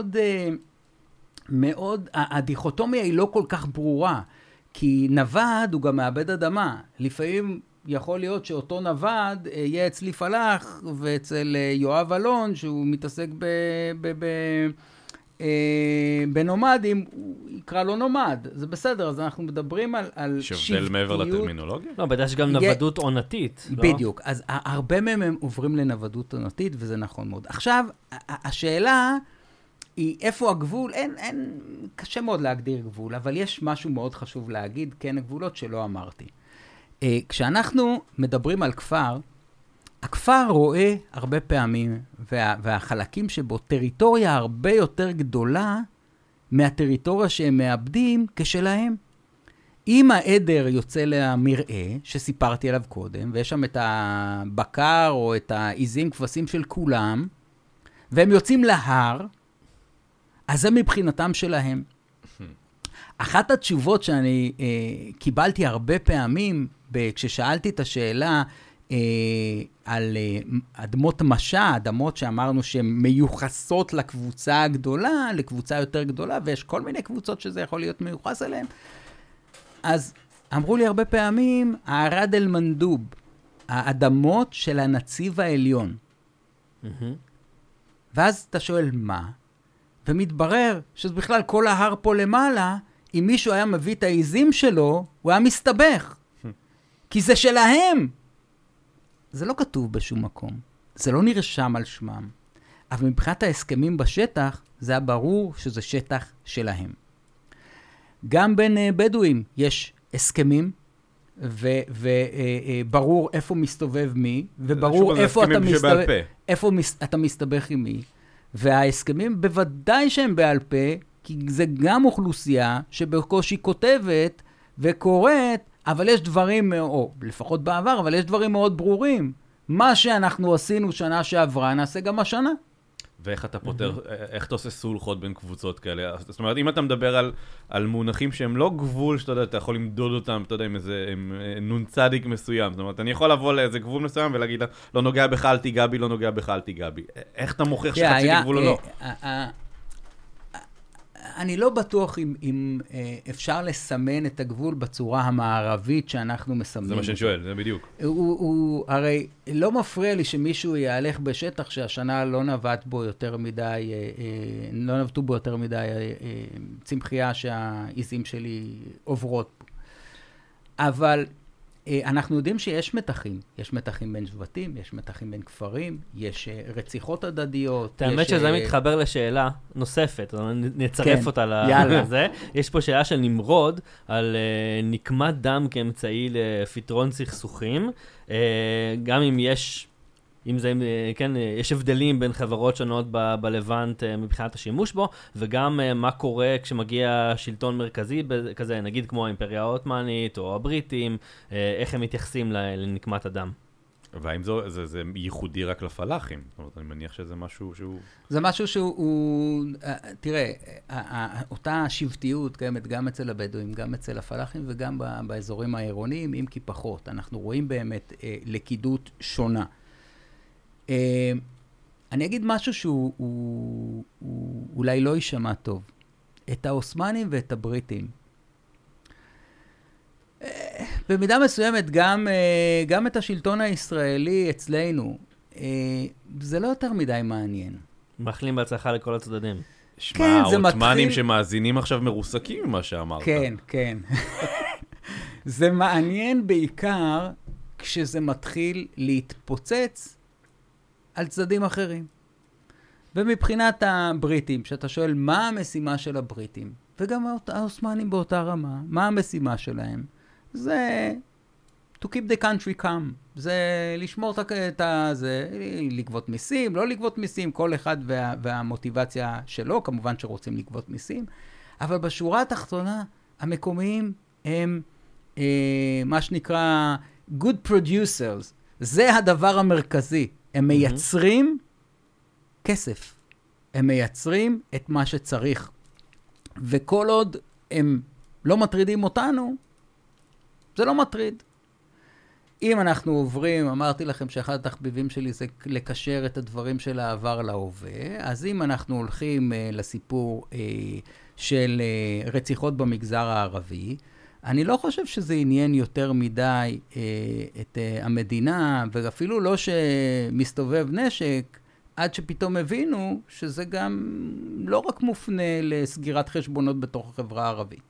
מאוד, הדיכוטומיה היא לא כל כך ברורה, כי נווד הוא גם מאבד אדמה. לפעמים יכול להיות שאותו נווד יהיה אצלי פלאח, ואצל יואב אלון, שהוא מתעסק בנומדים, הוא נקרא לו נומד, זה בסדר, אז אנחנו מדברים על שבטיות. שבדל מעבר לטרמינולוגיה? לא, בטח יש גם נוודות עונתית, לא? בדיוק, אז הרבה מהם הם עוברים לנוודות עונתית, וזה נכון מאוד. עכשיו, השאלה היא איפה הגבול, קשה מאוד להגדיר גבול, אבל יש משהו מאוד חשוב להגיד, כן, הגבולות שלא אמרתי. כשאנחנו מדברים על כפר, הכפר רואה הרבה פעמים, והחלקים שבו טריטוריה הרבה יותר גדולה מהטריטוריה שהם מאבדים כשלהם. אם העדר יוצא למרעה, שסיפרתי עליו קודם, ויש שם את הבקר או את העיזים כבשים של כולם, והם יוצאים להר, אז זה מבחינתם שלהם. אחת התשובות שאני קיבלתי הרבה פעמים, כששאלתי את השאלה על אדמות משע, אדמות שאמרנו שהן מיוחסות לקבוצה הגדולה, לקבוצה יותר גדולה, ויש כל מיני קבוצות שזה יכול להיות מיוחס אליהן, אז אמרו לי הרבה פעמים, הערד אל-מנדוב, האדמות של הנציב העליון. ואז אתה שואל מה? ומתברר שזה בכלל כל ההר פה למעלה, אם מישהו היה מביא את העיזים שלו, הוא היה מסתבך. כי זה שלהם. זה לא כתוב בשום מקום. זה לא נרשם על שמם. אבל מבחינת ההסכמים בשטח, זה היה ברור שזה שטח שלהם. גם בין בדואים יש הסכמים, וברור איפה מסתובב מי, וברור איפה אתה מסתבך עם מי. וההסכמים בוודאי שהם בעל פה, כי זה גם אוכלוסייה שבקושי כותבת וקוראת, אבל יש דברים, או לפחות בעבר, אבל יש דברים מאוד ברורים. מה שאנחנו עשינו שנה שעברה, נעשה גם השנה. ואיך אתה פותר, איך אתה עושה סולחות בין קבוצות כאלה? זאת אומרת, אם אתה מדבר על מונחים שהם לא גבול, שאתה יודע, אתה יכול למדוד אותם, אתה יודע, עם איזה נון צדיק מסוים. זאת אומרת, אני יכול לבוא לאיזה גבול מסוים ולהגיד, לא נוגע בך, אל תיגע בי, לא נוגע בך, אל תיגע בי. איך אתה מוכיח שחצי גבול או לא? אני לא בטוח אם אפשר לסמן את הגבול בצורה המערבית שאנחנו מסמנים. זה מה שאני שואל, זה בדיוק. הוא הרי לא מפריע לי שמישהו יהלך בשטח שהשנה לא נבט בו יותר מדי, לא נבטו בו יותר מדי צמחייה שהעיזים שלי עוברות בו. אבל אנחנו יודעים שיש מתחים. יש מתחים בין שבטים, יש מתחים בין כפרים, יש רציחות הדדיות. האמת שזה מתחבר לשאלה נוספת, נצרף אותה לזה. יש פה שאלה של נמרוד על נקמת דם כאמצעי לפתרון סכסוכים. גם אם יש, כן, יש הבדלים בין חברות שונות בלבנט מבחינת השימוש בו, וגם מה קורה כשמגיע שלטון מרכזי כזה, נגיד כמו האימפריה העות'מאנית או הבריטים, איך הם מתייחסים לנקמת הדם. והאם זה ייחודי רק לפלאחים? זאת אומרת, אני מניח שזה משהו שהוא... זה משהו שהוא, תראה, אותה שבטיות קיימת גם אצל הבדואים, גם אצל הפלאחים וגם באזורים העירוניים, אם כי פחות. אנחנו רואים באמת לכידות שונה. אני אגיד משהו שהוא אולי לא יישמע טוב. את העות'מאנים ואת הבריטים. במידה מסוימת גם את השלטון הישראלי אצלנו, זה לא יותר מדי מעניין. מאחלים בהצלחה לכל הצדדים. שמע, העות'מאנים שמאזינים עכשיו מרוסקים ממה שאמרת. כן, כן. זה מעניין בעיקר כשזה מתחיל להתפוצץ על צדדים אחרים. ומבחינת הבריטים, שאתה שואל מה המשימה של הבריטים, וגם העות'מאנים באותה רמה, מה המשימה שלהם? זה to keep the country calm. זה לשמור את זה, לגבות מיסים, לא לגבות מיסים, כל אחד והמוטיבציה שלו, כמובן שרוצים לגבות מיסים, אבל בשורה התחתונה, המקומיים הם מה שנקרא good producers. זה הדבר המרכזי. הם מייצרים כסף. הם מייצרים את מה שצריך. וכל עוד הם לא מטרידים אותנו, זה לא מטריד. אם אנחנו עוברים, אמרתי לכם שאחד התחביבים שלי זה לקשר את הדברים של העבר להווה, אז אם אנחנו הולכים לסיפור של רציחות במגזר הערבי, אני לא חושב שזה עניין יותר מדי את המדינה, ואפילו לא שמסתובב נשק, עד שפתאום הבינו שזה גם לא רק מופנה לסגירת חשבונות בתוך החברה הערבית.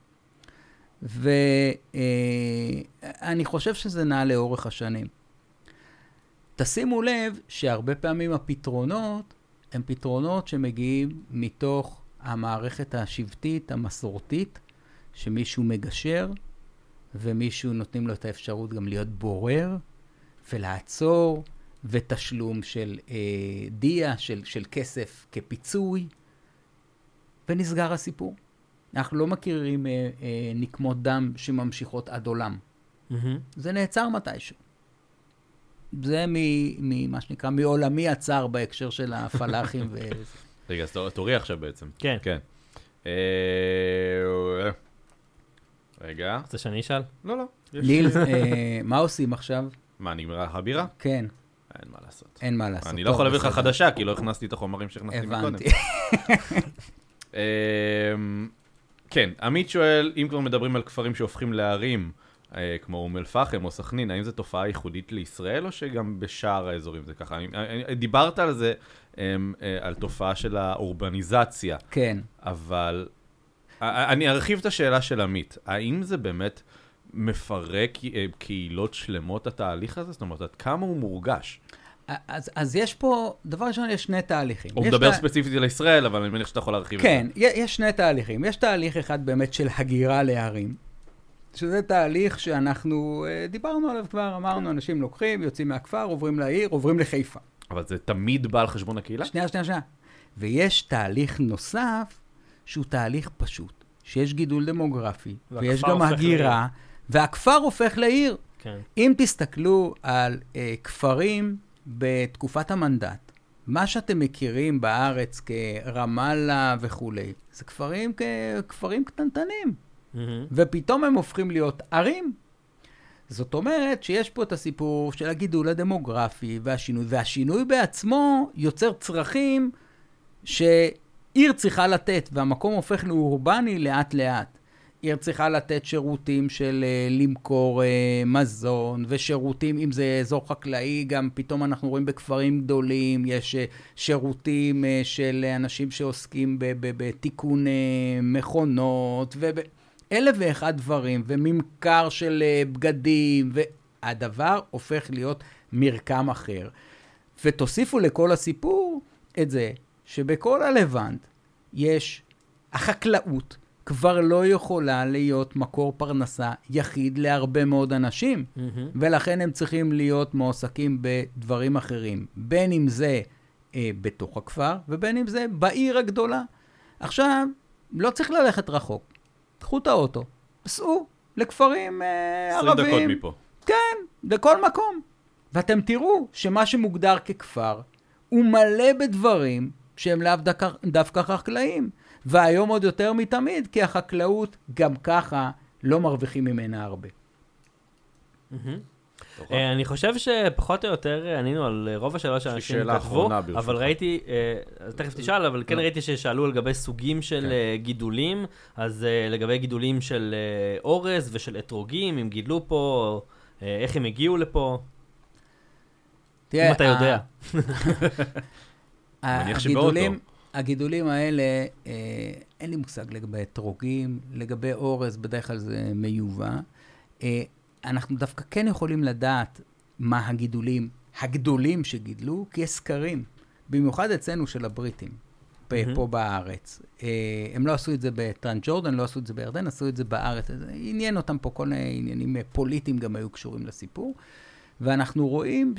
ואני חושב שזה נע לאורך השנים. תשימו לב שהרבה פעמים הפתרונות הם פתרונות שמגיעים מתוך המערכת השבטית, המסורתית, שמישהו מגשר, ומישהו נותנים לו את האפשרות גם להיות בורר, ולעצור, ותשלום של דיה, של כסף כפיצוי, ונסגר הסיפור. אנחנו לא מכירים נקמות דם שממשיכות עד עולם. זה נעצר מתישהו. זה מה שנקרא, מעולמי הצר בהקשר של הפלאחים. רגע, אז תורי עכשיו בעצם. כן. כן. רגע. רוצה שאני אשאל? לא. ניל, מה עושים עכשיו? מה, נגמרה הבירה? כן. אין מה לעשות. אין מה לעשות. אני לא יכול להביא לך חדשה, כי לא הכנסתי את החומרים שהכנסתי מקודם. הבנתי. כן, עמית שואל, אם כבר מדברים על כפרים שהופכים לערים, כמו אום אל-פחם או סכנין, האם זו תופעה ייחודית לישראל, או שגם בשאר האזורים זה ככה? דיברת על זה, על תופעה של האורבניזציה. כן. אבל אני ארחיב את השאלה של עמית. האם זה באמת מפרק קהילות שלמות התהליך הזה? זאת אומרת, עד כמה הוא מורגש? אז יש פה, דבר ראשון, יש שני תהליכים. הוא מדבר ספציפית על ישראל, אבל אני מניח שאתה יכול להרחיב את זה. כן, יש שני תהליכים. יש תהליך אחד באמת של הגירה לערים, שזה תהליך שאנחנו דיברנו עליו כבר, אמרנו, אנשים לוקחים, יוצאים מהכפר, עוברים לעיר, עוברים לחיפה. אבל זה תמיד בא על חשבון הקהילה? שנייה. ויש תהליך נוסף, שהוא תהליך פשוט, שיש גידול דמוגרפי, ויש גם הגירה, והכפר הופך לעיר. כן. אם תסתכלו על כפרים בתקופת המנדט, מה שאתם מכירים בארץ כרמאללה וכו', זה כפרים קטנטנים. ופתאום הם הופכים להיות ערים. זאת אומרת שיש פה את הסיפור של הגידול הדמוגרפי והשינוי בעצמו יוצר צרכים שעיר צריכה לתת, והמקום הופך לאורבני לאט לאט. עיר צריכה לתת שירותים של למכור מזון, ושירותים, אם זה אזור חקלאי, גם פתאום אנחנו רואים בכפרים גדולים, יש שירותים של אנשים שעוסקים בתיקון מכונות, אלף ואחד דברים, וממכר של בגדים, והדבר הופך להיות מרקם אחר. ותוסיפו לכל הסיפור את זה, שבכל הלבנט יש החקלאות, כבר לא יכולה להיות מקור פרנסה יחיד להרבה מאוד אנשים, ולכן הם צריכים להיות מועסקים בדברים אחרים, בין אם זה בתוך הכפר, ובין אם זה בעיר הגדולה. עכשיו, לא צריך ללכת רחוק. קחו את האוטו, סעו לכפרים ערבים. 20 דקות מפה. כן, בכל מקום. ואתם תראו שמה שמוגדר ככפר, הוא מלא בדברים שהם לאו דווקא חקלאים. והיום עוד יותר מתמיד, כי החקלאות גם ככה לא מרוויחים ממנה הרבה. אני חושב שפחות או יותר ענינו על רוב השאלות שאנשים כתבו, אבל ראיתי, תכף תשאל, אבל כן ראיתי ששאלו על גבי סוגים של גידולים, אז לגבי גידולים של אורז ושל אתרוגים, אם גידלו פה, איך הם הגיעו לפה, אם אתה יודע. הגידולים האלה, אין לי מושג לגבי אתרוגים, לגבי אורז, בדרך כלל זה מיובא. אנחנו דווקא כן יכולים לדעת מה הגידולים הגדולים שגידלו, כי יש סקרים, במיוחד אצלנו של הבריטים, פה בארץ. הם לא עשו את זה בטרנסג'ורדן, לא עשו את זה בירדן, עשו את זה בארץ. עניין אותם פה כל מיני עניינים פוליטיים גם היו קשורים לסיפור. ואנחנו רואים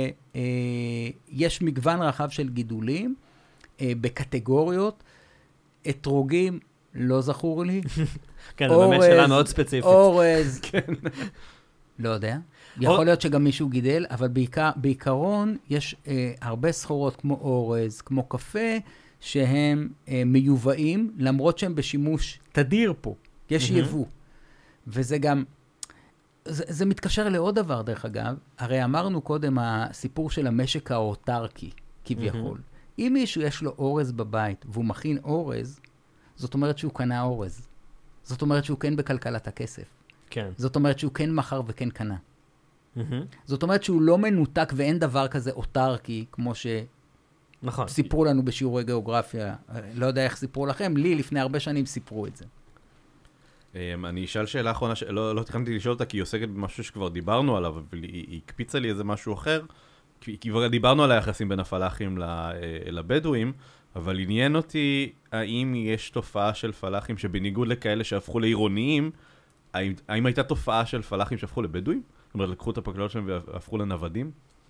שיש מגוון רחב של גידולים, בקטגוריות, אתרוגים, לא זכור לי. כן, זה באמת שאלה מאוד ספציפית. אורז, לא יודע. יכול להיות שגם מישהו גידל, אבל בעיקרון יש הרבה סחורות כמו אורז, כמו קפה, שהם מיובאים, למרות שהם בשימוש תדיר פה. יש יבוא. וזה גם, זה מתקשר לעוד דבר דרך אגב. הרי אמרנו קודם הסיפור של המשק האוטרקי, כביכול. אם מישהו יש לו אורז בבית, והוא מכין אורז, זאת אומרת שהוא קנה אורז. זאת אומרת שהוא כן בכלכלת הכסף. כן. זאת אומרת שהוא כן מכר וכן קנה. זאת אומרת שהוא לא מנותק ואין דבר כזה אוטרקי, כמו נכון. סיפרו לנו בשיעורי גיאוגרפיה, לא יודע איך סיפרו לכם, לי לפני הרבה שנים סיפרו את זה. אני אשאל שאלה אחרונה, לא תכנתי לשאול אותה, כי היא עוסקת במשהו שכבר דיברנו עליו, אבל היא הקפיצה לי איזה משהו אחר, כי כבר דיברנו על היחסים בין הפלאחים לבדואים, אבל עניין אותי, האם יש תופעה של פלאחים שבניגוד לכאלה שהפכו לעירוניים, האם הייתה תופעה של פלאחים שהפכו לבדואים? זאת אומרת, לקחו את הפקלות שלהם והפכו לנוודים?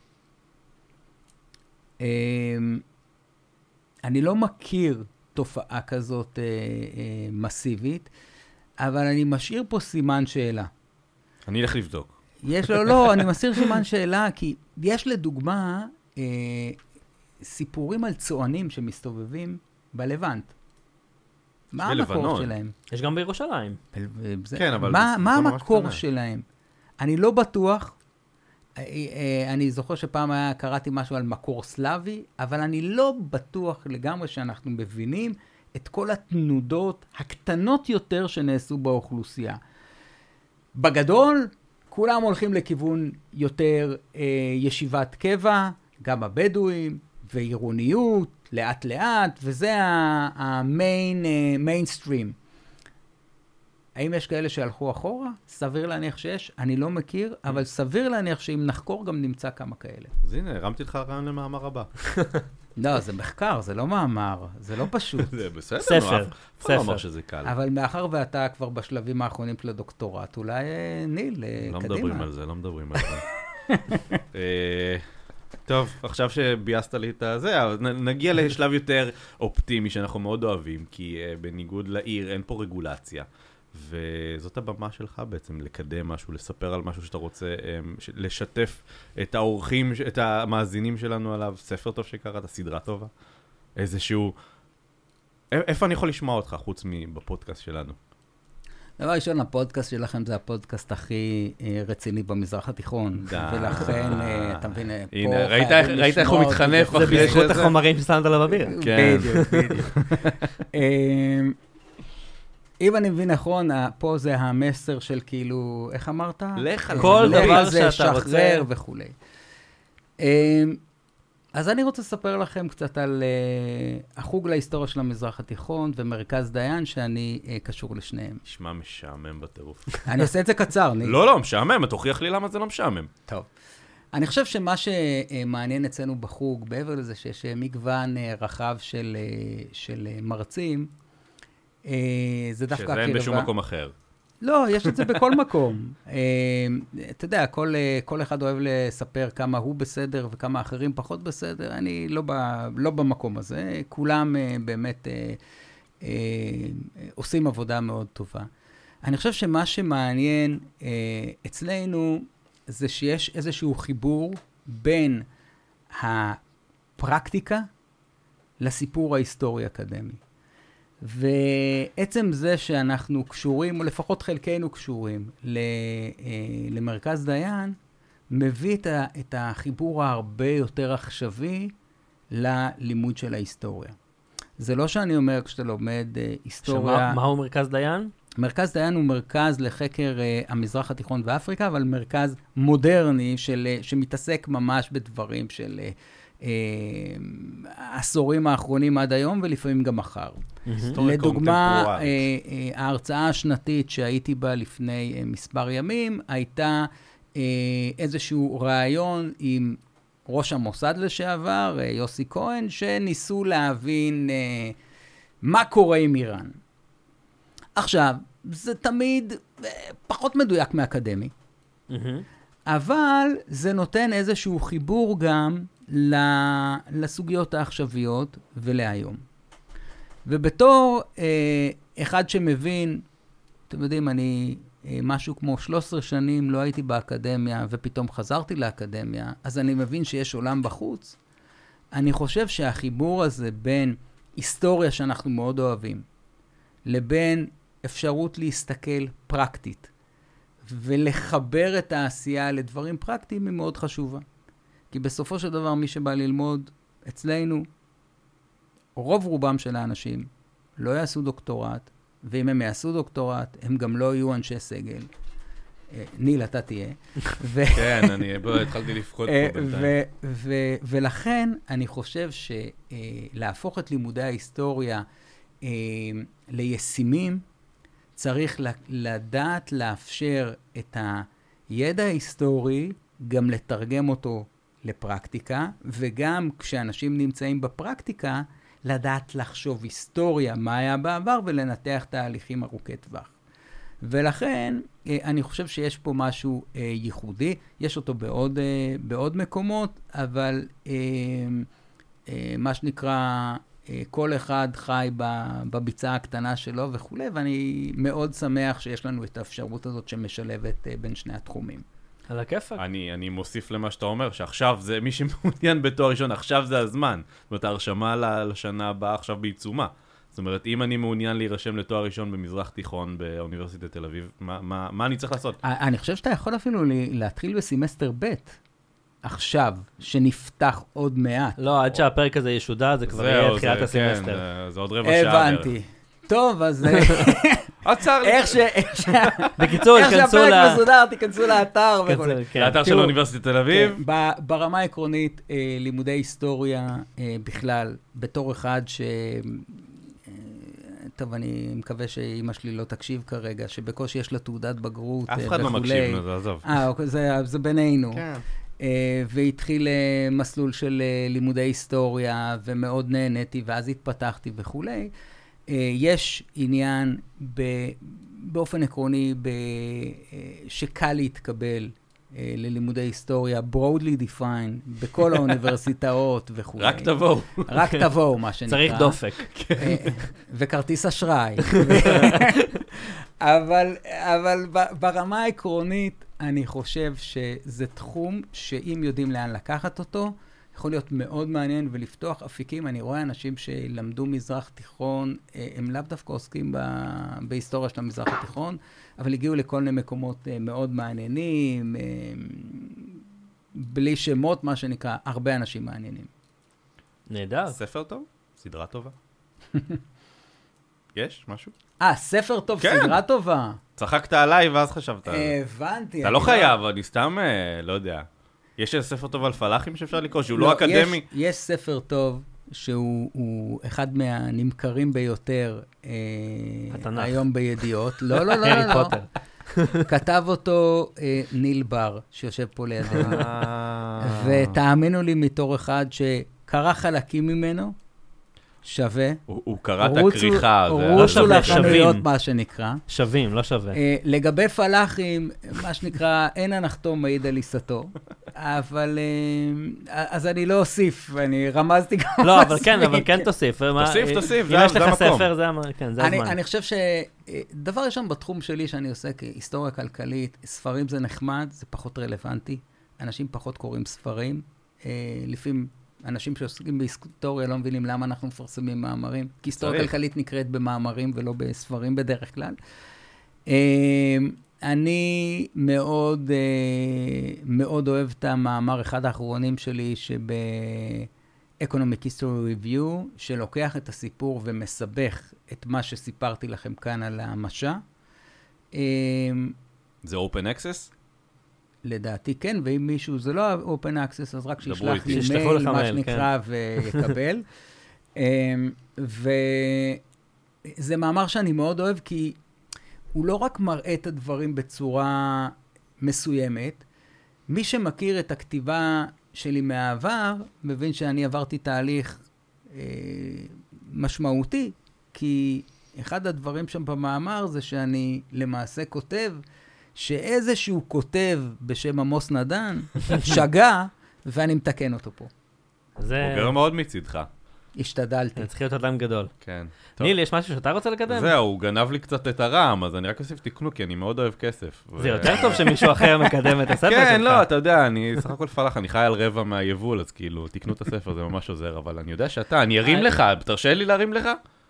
אני לא מכיר תופעה כזאת מסיבית, אבל אני משאיר פה סימן שאלה. אני אלך לבדוק. לא, אני מסיר סימן שאלה, כי יש לדוגמה סיפורים על צוענים שמסתובבים בלבנט. מה המקור שלהם? יש גם בירושלים. כן, אבל... מה המקור שלהם? אני לא בטוח, אני זוכר שפעם קראתי משהו על מקור סלאבי, אבל אני לא בטוח לגמרי שאנחנו מבינים את כל התנודות הקטנות יותר שנעשו באוכלוסייה. בגדול, כולם הולכים לכיוון יותר ישיבת קבע, גם הבדואים, ועירוניות, לאט לאט, וזה המיינסטרים. האם יש כאלה שהלכו אחורה? סביר להניח שיש, אני לא מכיר, אבל סביר להניח שאם נחקור גם נמצא כמה כאלה. אז הנה, הרמתי לך רעיון למאמר הבא. לא, זה מחקר, זה לא מאמר, זה לא פשוט. זה בסדר, ספר. אף אחד לא אמר שזה קל. אבל מאחר ואתה כבר בשלבים האחרונים של הדוקטורט, אולי ניל, לא קדימה. מדברים על זה, לא מדברים על זה. טוב, עכשיו שביאסת לי את זה, נגיע לשלב יותר אופטימי שאנחנו מאוד אוהבים, כי בניגוד לעיר אין פה רגולציה. וזאת הבמה שלך בעצם, לקדם משהו, לספר על משהו שאתה רוצה, לשתף את האורחים, את המאזינים שלנו עליו, ספר טוב שקראת, סדרה טובה, איזשהו... איפה אני יכול לשמוע אותך, חוץ מבפודקאסט שלנו? דבר ראשון, הפודקאסט שלכם זה הפודקאסט הכי רציני במזרח התיכון, ולכן, אתה מבין, הנה, ראית איך הוא מתחנף זה בזכות החומרים ששמת עליו אוויר. בדיוק. אם אני מבין נכון, פה זה המסר של כאילו, איך אמרת? כל דבר שאתה שחרר רוצה. וכו'. אז אני רוצה לספר לכם קצת על החוג להיסטוריה של המזרח התיכון ומרכז דיין, שאני קשור לשניהם. נשמע משעמם בטירוף. אני עושה את זה קצר. לא, משעמם, תוכיח לי למה זה לא משעמם. טוב. אני חושב שמה שמעניין אצלנו בחוג, בעבר לזה שיש מגוון רחב של מרצים, זה דווקא שזה אין בשום מקום אחר. לא, יש את זה בכל מקום. אתה יודע, כל אחד אוהב לספר כמה הוא בסדר וכמה אחרים פחות בסדר. אני לא במקום הזה. כולם באמת עושים עבודה מאוד טובה. אני חושב שמה שמעניין אצלנו זה שיש איזשהו חיבור בין הפרקטיקה לסיפור ההיסטורי אקדמי. ועצם זה שאנחנו קשורים, או לפחות חלקנו קשורים, למרכז דיין, מביא את החיבור הרבה יותר עכשווי ללימוד של ההיסטוריה. זה לא שאני אומר כשאתה לומד היסטוריה... מהו מרכז דיין? מרכז דיין הוא מרכז לחקר המזרח התיכון ואפריקה, אבל מרכז מודרני שמתעסק ממש בדברים של... העשורים האחרונים עד היום, ולפעמים גם מחר. לדוגמה, ההרצאה השנתית שהייתי בה לפני מספר ימים, הייתה איזשהו רעיון עם ראש המוסד לשעבר, יוסי כהן, שניסו להבין מה קורה עם איראן. עכשיו, זה תמיד פחות מדויק מאקדמי, אבל זה נותן איזשהו חיבור גם לסוגיות העכשוויות ולהיום. ובתור אחד שמבין, אתם יודעים, אני משהו כמו 13 שנים לא הייתי באקדמיה, ופתאום חזרתי לאקדמיה, אז אני מבין שיש עולם בחוץ. אני חושב שהחיבור הזה בין היסטוריה שאנחנו מאוד אוהבים, לבין אפשרות להסתכל פרקטית, ולחבר את העשייה לדברים פרקטיים היא מאוד חשובה. כי בסופו של דבר מי שבא ללמוד אצלנו, רוב רובם של האנשים לא יעשו דוקטורט, ואם הם יעשו דוקטורט, הם גם לא יהיו אנשי סגל. ניל, אתה תהיה. כן, אני התחלתי לפחות פה בינתיים. ולכן אני חושב שלהפוך את לימודי ההיסטוריה לישימים, צריך לדעת לאפשר את הידע ההיסטורי, גם לתרגם אותו לפרקטיקה, וגם כשאנשים נמצאים בפרקטיקה, לדעת לחשוב היסטוריה, מה היה בעבר, ולנתח תהליכים ארוכי טווח. ולכן, אני חושב שיש פה משהו ייחודי, יש אותו בעוד מקומות, אבל מה שנקרא, כל אחד חי בביצה הקטנה שלו וכו', ואני מאוד שמח שיש לנו את האפשרות הזאת שמשלבת בין שני התחומים. על הכיפק. אני מוסיף למה שאתה אומר, שעכשיו זה, מי שמעוניין בתואר ראשון, עכשיו זה הזמן. זאת אומרת, ההרשמה לשנה הבאה עכשיו בעיצומה. זאת אומרת, אם אני מעוניין להירשם לתואר ראשון במזרח תיכון באוניברסיטת תל אביב, מה אני צריך לעשות? אני חושב שאתה יכול אפילו להתחיל בסמסטר ב' עכשיו, שנפתח עוד מעט. לא, עד שהפרק הזה ישודר, זה כבר יהיה תחילת הסמסטר. זה עוד רבע שעה. הבנתי. טוב, אז עצר לי. בקיצור, איך שהפרק מסודר, תיכנסו לאתר וכו'. לאתר של אוניברסיטת תל אביב. ברמה העקרונית, לימודי היסטוריה בכלל, בתור אחד טוב, אני מקווה שאמא שלי לא תקשיב כרגע, שבקושי יש לה תעודת בגרות וכו'. אף אחד לא מקשיב, זה עזוב. זה בינינו. כן. והתחיל מסלול של לימודי היסטוריה, ומאוד נהניתי, ואז התפתחתי וכו'. יש עניין באופן עקרוני שקל להתקבל ללימודי היסטוריה, broadly defined, בכל האוניברסיטאות וכו'. רק תבואו. רק תבואו, מה שנקרא. צריך דופק. וכרטיס אשראי. אבל ברמה העקרונית, אני חושב שזה תחום שאם יודעים לאן לקחת אותו, יכול להיות מאוד מעניין ולפתוח אפיקים. אני רואה אנשים שלמדו מזרח תיכון, הם לאו דווקא עוסקים בהיסטוריה של המזרח התיכון, אבל הגיעו לכל מיני מקומות מאוד מעניינים, בלי שמות, מה שנקרא, הרבה אנשים מעניינים. נהדר. ספר טוב? סדרה טובה? יש משהו? ספר טוב, כן. סדרה טובה. צחקת עליי ואז חשבת על זה. הבנתי. אתה לא חייב, אני סתם, לא יודע. יש ספר טוב על פלאחים שאפשר לקרוא, שהוא לא אקדמי? יש ספר טוב שהוא אחד מהנמכרים ביותר היום בידיעות. לא, לא, לא. הארי פוטר. כתב אותו ניל בר, שיושב פה לידינו. ותאמינו לי מתור אחד שקרא חלקים ממנו, שווה. הוא קרא את הכריכה. רוצו לחנויות, מה שנקרא. שווים, לא שווה. לגבי פלאחים, מה שנקרא, אין הנחתום מעיד על עיסתו. אבל, אז אני לא אוסיף, אני רמזתי גם מספיק. לא, אבל כן תוסיף. תוסיף, אם יש לך ספר, זה הזמן. אני חושב שדבר ראשון בתחום שלי שאני עושה כהיסטוריה כלכלית, ספרים זה נחמד, זה פחות רלוונטי. אנשים פחות קוראים ספרים. לפעמים אנשים שעוסקים בהיסטוריה לא מבינים למה אנחנו מפרסמים מאמרים, כי היסטוריה כלכלית נקראת במאמרים ולא בספרים בדרך כלל. אני מאוד אוהב את המאמר, אחד האחרונים שלי, שב-Economic History Review, שלוקח את הסיפור ומסבך את מה שסיפרתי לכם כאן על המשא. זה Open Access? לדעתי כן, ואם מישהו זה לא Open Access, אז רק שישלח לי שישלחו מייל, לך מה מייל, שנקרא, ויקבל. וזה מאמר שאני מאוד אוהב, כי הוא לא רק מראה את הדברים בצורה מסוימת, מי שמכיר את הכתיבה שלי מהעבר, מבין שאני עברתי תהליך משמעותי, כי אחד הדברים שם במאמר זה שאני למעשה כותב, שאיזשהו כותב בשם עמוס נדן שגה, ואני מתקן אותו פה. בוגר מאוד מצידך. השתדלתי. אני צריך להיות אדם גדול. כן. ניל, יש משהו שאתה רוצה לקדם? זהו, הוא גנב לי קצת את הרעם, אז אני רק אוסיף תקנו, כי אני מאוד אוהב כסף. זה יותר טוב שמישהו אחר מקדם את הספר שלך. כן, לא, אתה יודע, אני סך הכל פלח, אני חי על רבע מהיבול, אז כאילו, תקנו את הספר, זה ממש עוזר, אבל אני יודע שאתה, אני ארים לך, תרשה לי להרים לך?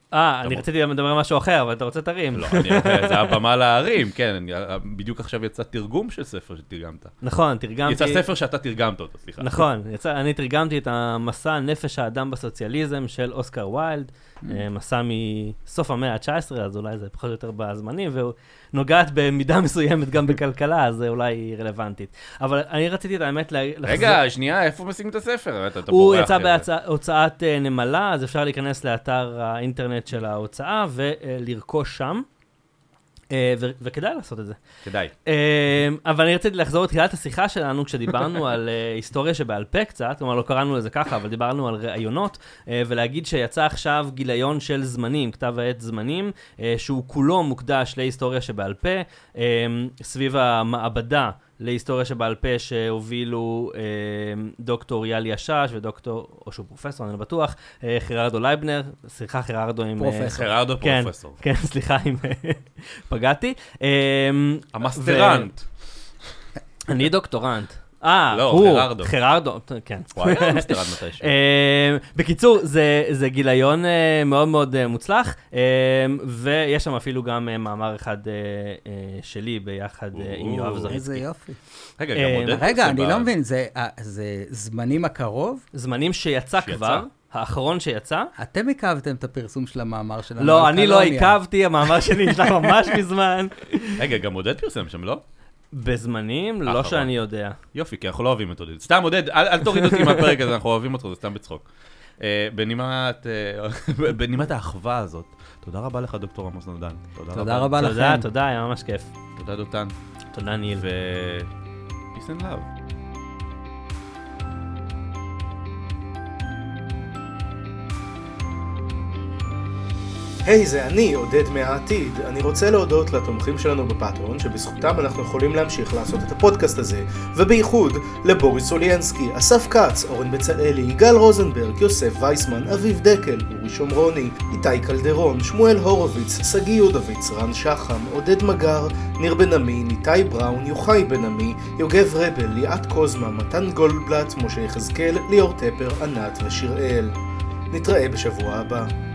אני רציתי לדבר על משהו אחר, אבל אתה רוצה תרים. לא, זה הבמה להרים, כן, בדיוק עכשיו יצא תרגום של ספר שתרגמת. נכון, תרגמתי... יצא ספר שאתה תרגמת אותו, סליחה. נכון, אני תרגמתי את המסע נפש האדם בסוציאליזם של אוסקר ויילד, מסע מסוף המאה ה-19, אז אולי זה פחות או יותר בזמנים, והוא נוגעת במידה מסוימת גם בכלכלה, אז זה אולי רלוונטית. אבל אני רציתי את האמת רגע, שנייה, איפה משיגים את הספר? הוא יצא בהוצאת נמלה, אז אפשר להיכנס לאתר האינטרנט של ההוצאה ולרכוש שם. וכדאי לעשות את זה. כדאי. אבל אני רציתי לחזור לתחילת השיחה שלנו, כשדיברנו על היסטוריה שבעל פה קצת, כלומר לא קראנו לזה ככה, אבל דיברנו על רעיונות, ולהגיד שיצא עכשיו גיליון של זמנים, כתב העת זמנים, שהוא כולו מוקדש להיסטוריה שבעל פה, סביב המעבדה להיסטוריה שבעל פה שהובילו דוקטור יאלי השש ודוקטור, או שהוא פרופסור, אני לא בטוח, חיררדו לייבנר, סליחה חיררדו עם... פרופסור. חיררדו פרופסור. כן, סליחה אם פגעתי. המסטרנט. אני דוקטורנט. לא, חיררדו. חיררדו, כן. וואי, המסטרנט מתישהו. בקיצור, זה גיליון מאוד מאוד מוצלח, ויש שם אפילו גם מאמר אחד שלי ביחד עם יואב זריצקי. איזה יופי. רגע, גם עודד. רגע, אני לא מבין, זה זמנים הקרוב? זמנים שיצא כבר, האחרון שיצא. אתם עיכבתם את הפרסום של המאמר שלנו. לא, אני לא עיכבתי, המאמר שלי נשלח ממש מזמן. רגע, גם עודד פרסם שם, לא? בזמנים? לא שאני יודע. יופי, כי אנחנו לא אוהבים את עודד. סתם עודד, אל תוריד אותי מהפרק הזה, אנחנו אוהבים אותו, זה סתם בצחוק. בנימת האחווה הזאת, תודה רבה לך דוקטור עמוס נדן. תודה רבה לכם. תודה, היה ממש כיף. תודה דותן. תודה ניל. Peace and love. היי, זה אני, עודד מהעתיד. אני רוצה להודות לתומכים שלנו בפטרון, שבזכותם אנחנו יכולים להמשיך לעשות את הפודקאסט הזה, ובייחוד לבוריס סוליאנסקי, אסף כץ, אורן בצלאלי, יגאל רוזנברג, יוסף וייסמן, אביב דקל, אורי שומרוני, איתי קלדרון, שמואל הורוביץ, סגי יודוביץ, רן שחם, עודד מגר, ניר בן עמי, ניתי בראון, יוחאי בן עמי, יוגב רבל, ליאת קוזמה, מתן גולדבלט, משה יחזקאל, ליאור טפר, ענת ושיראל. נתראה בשבוע הבא.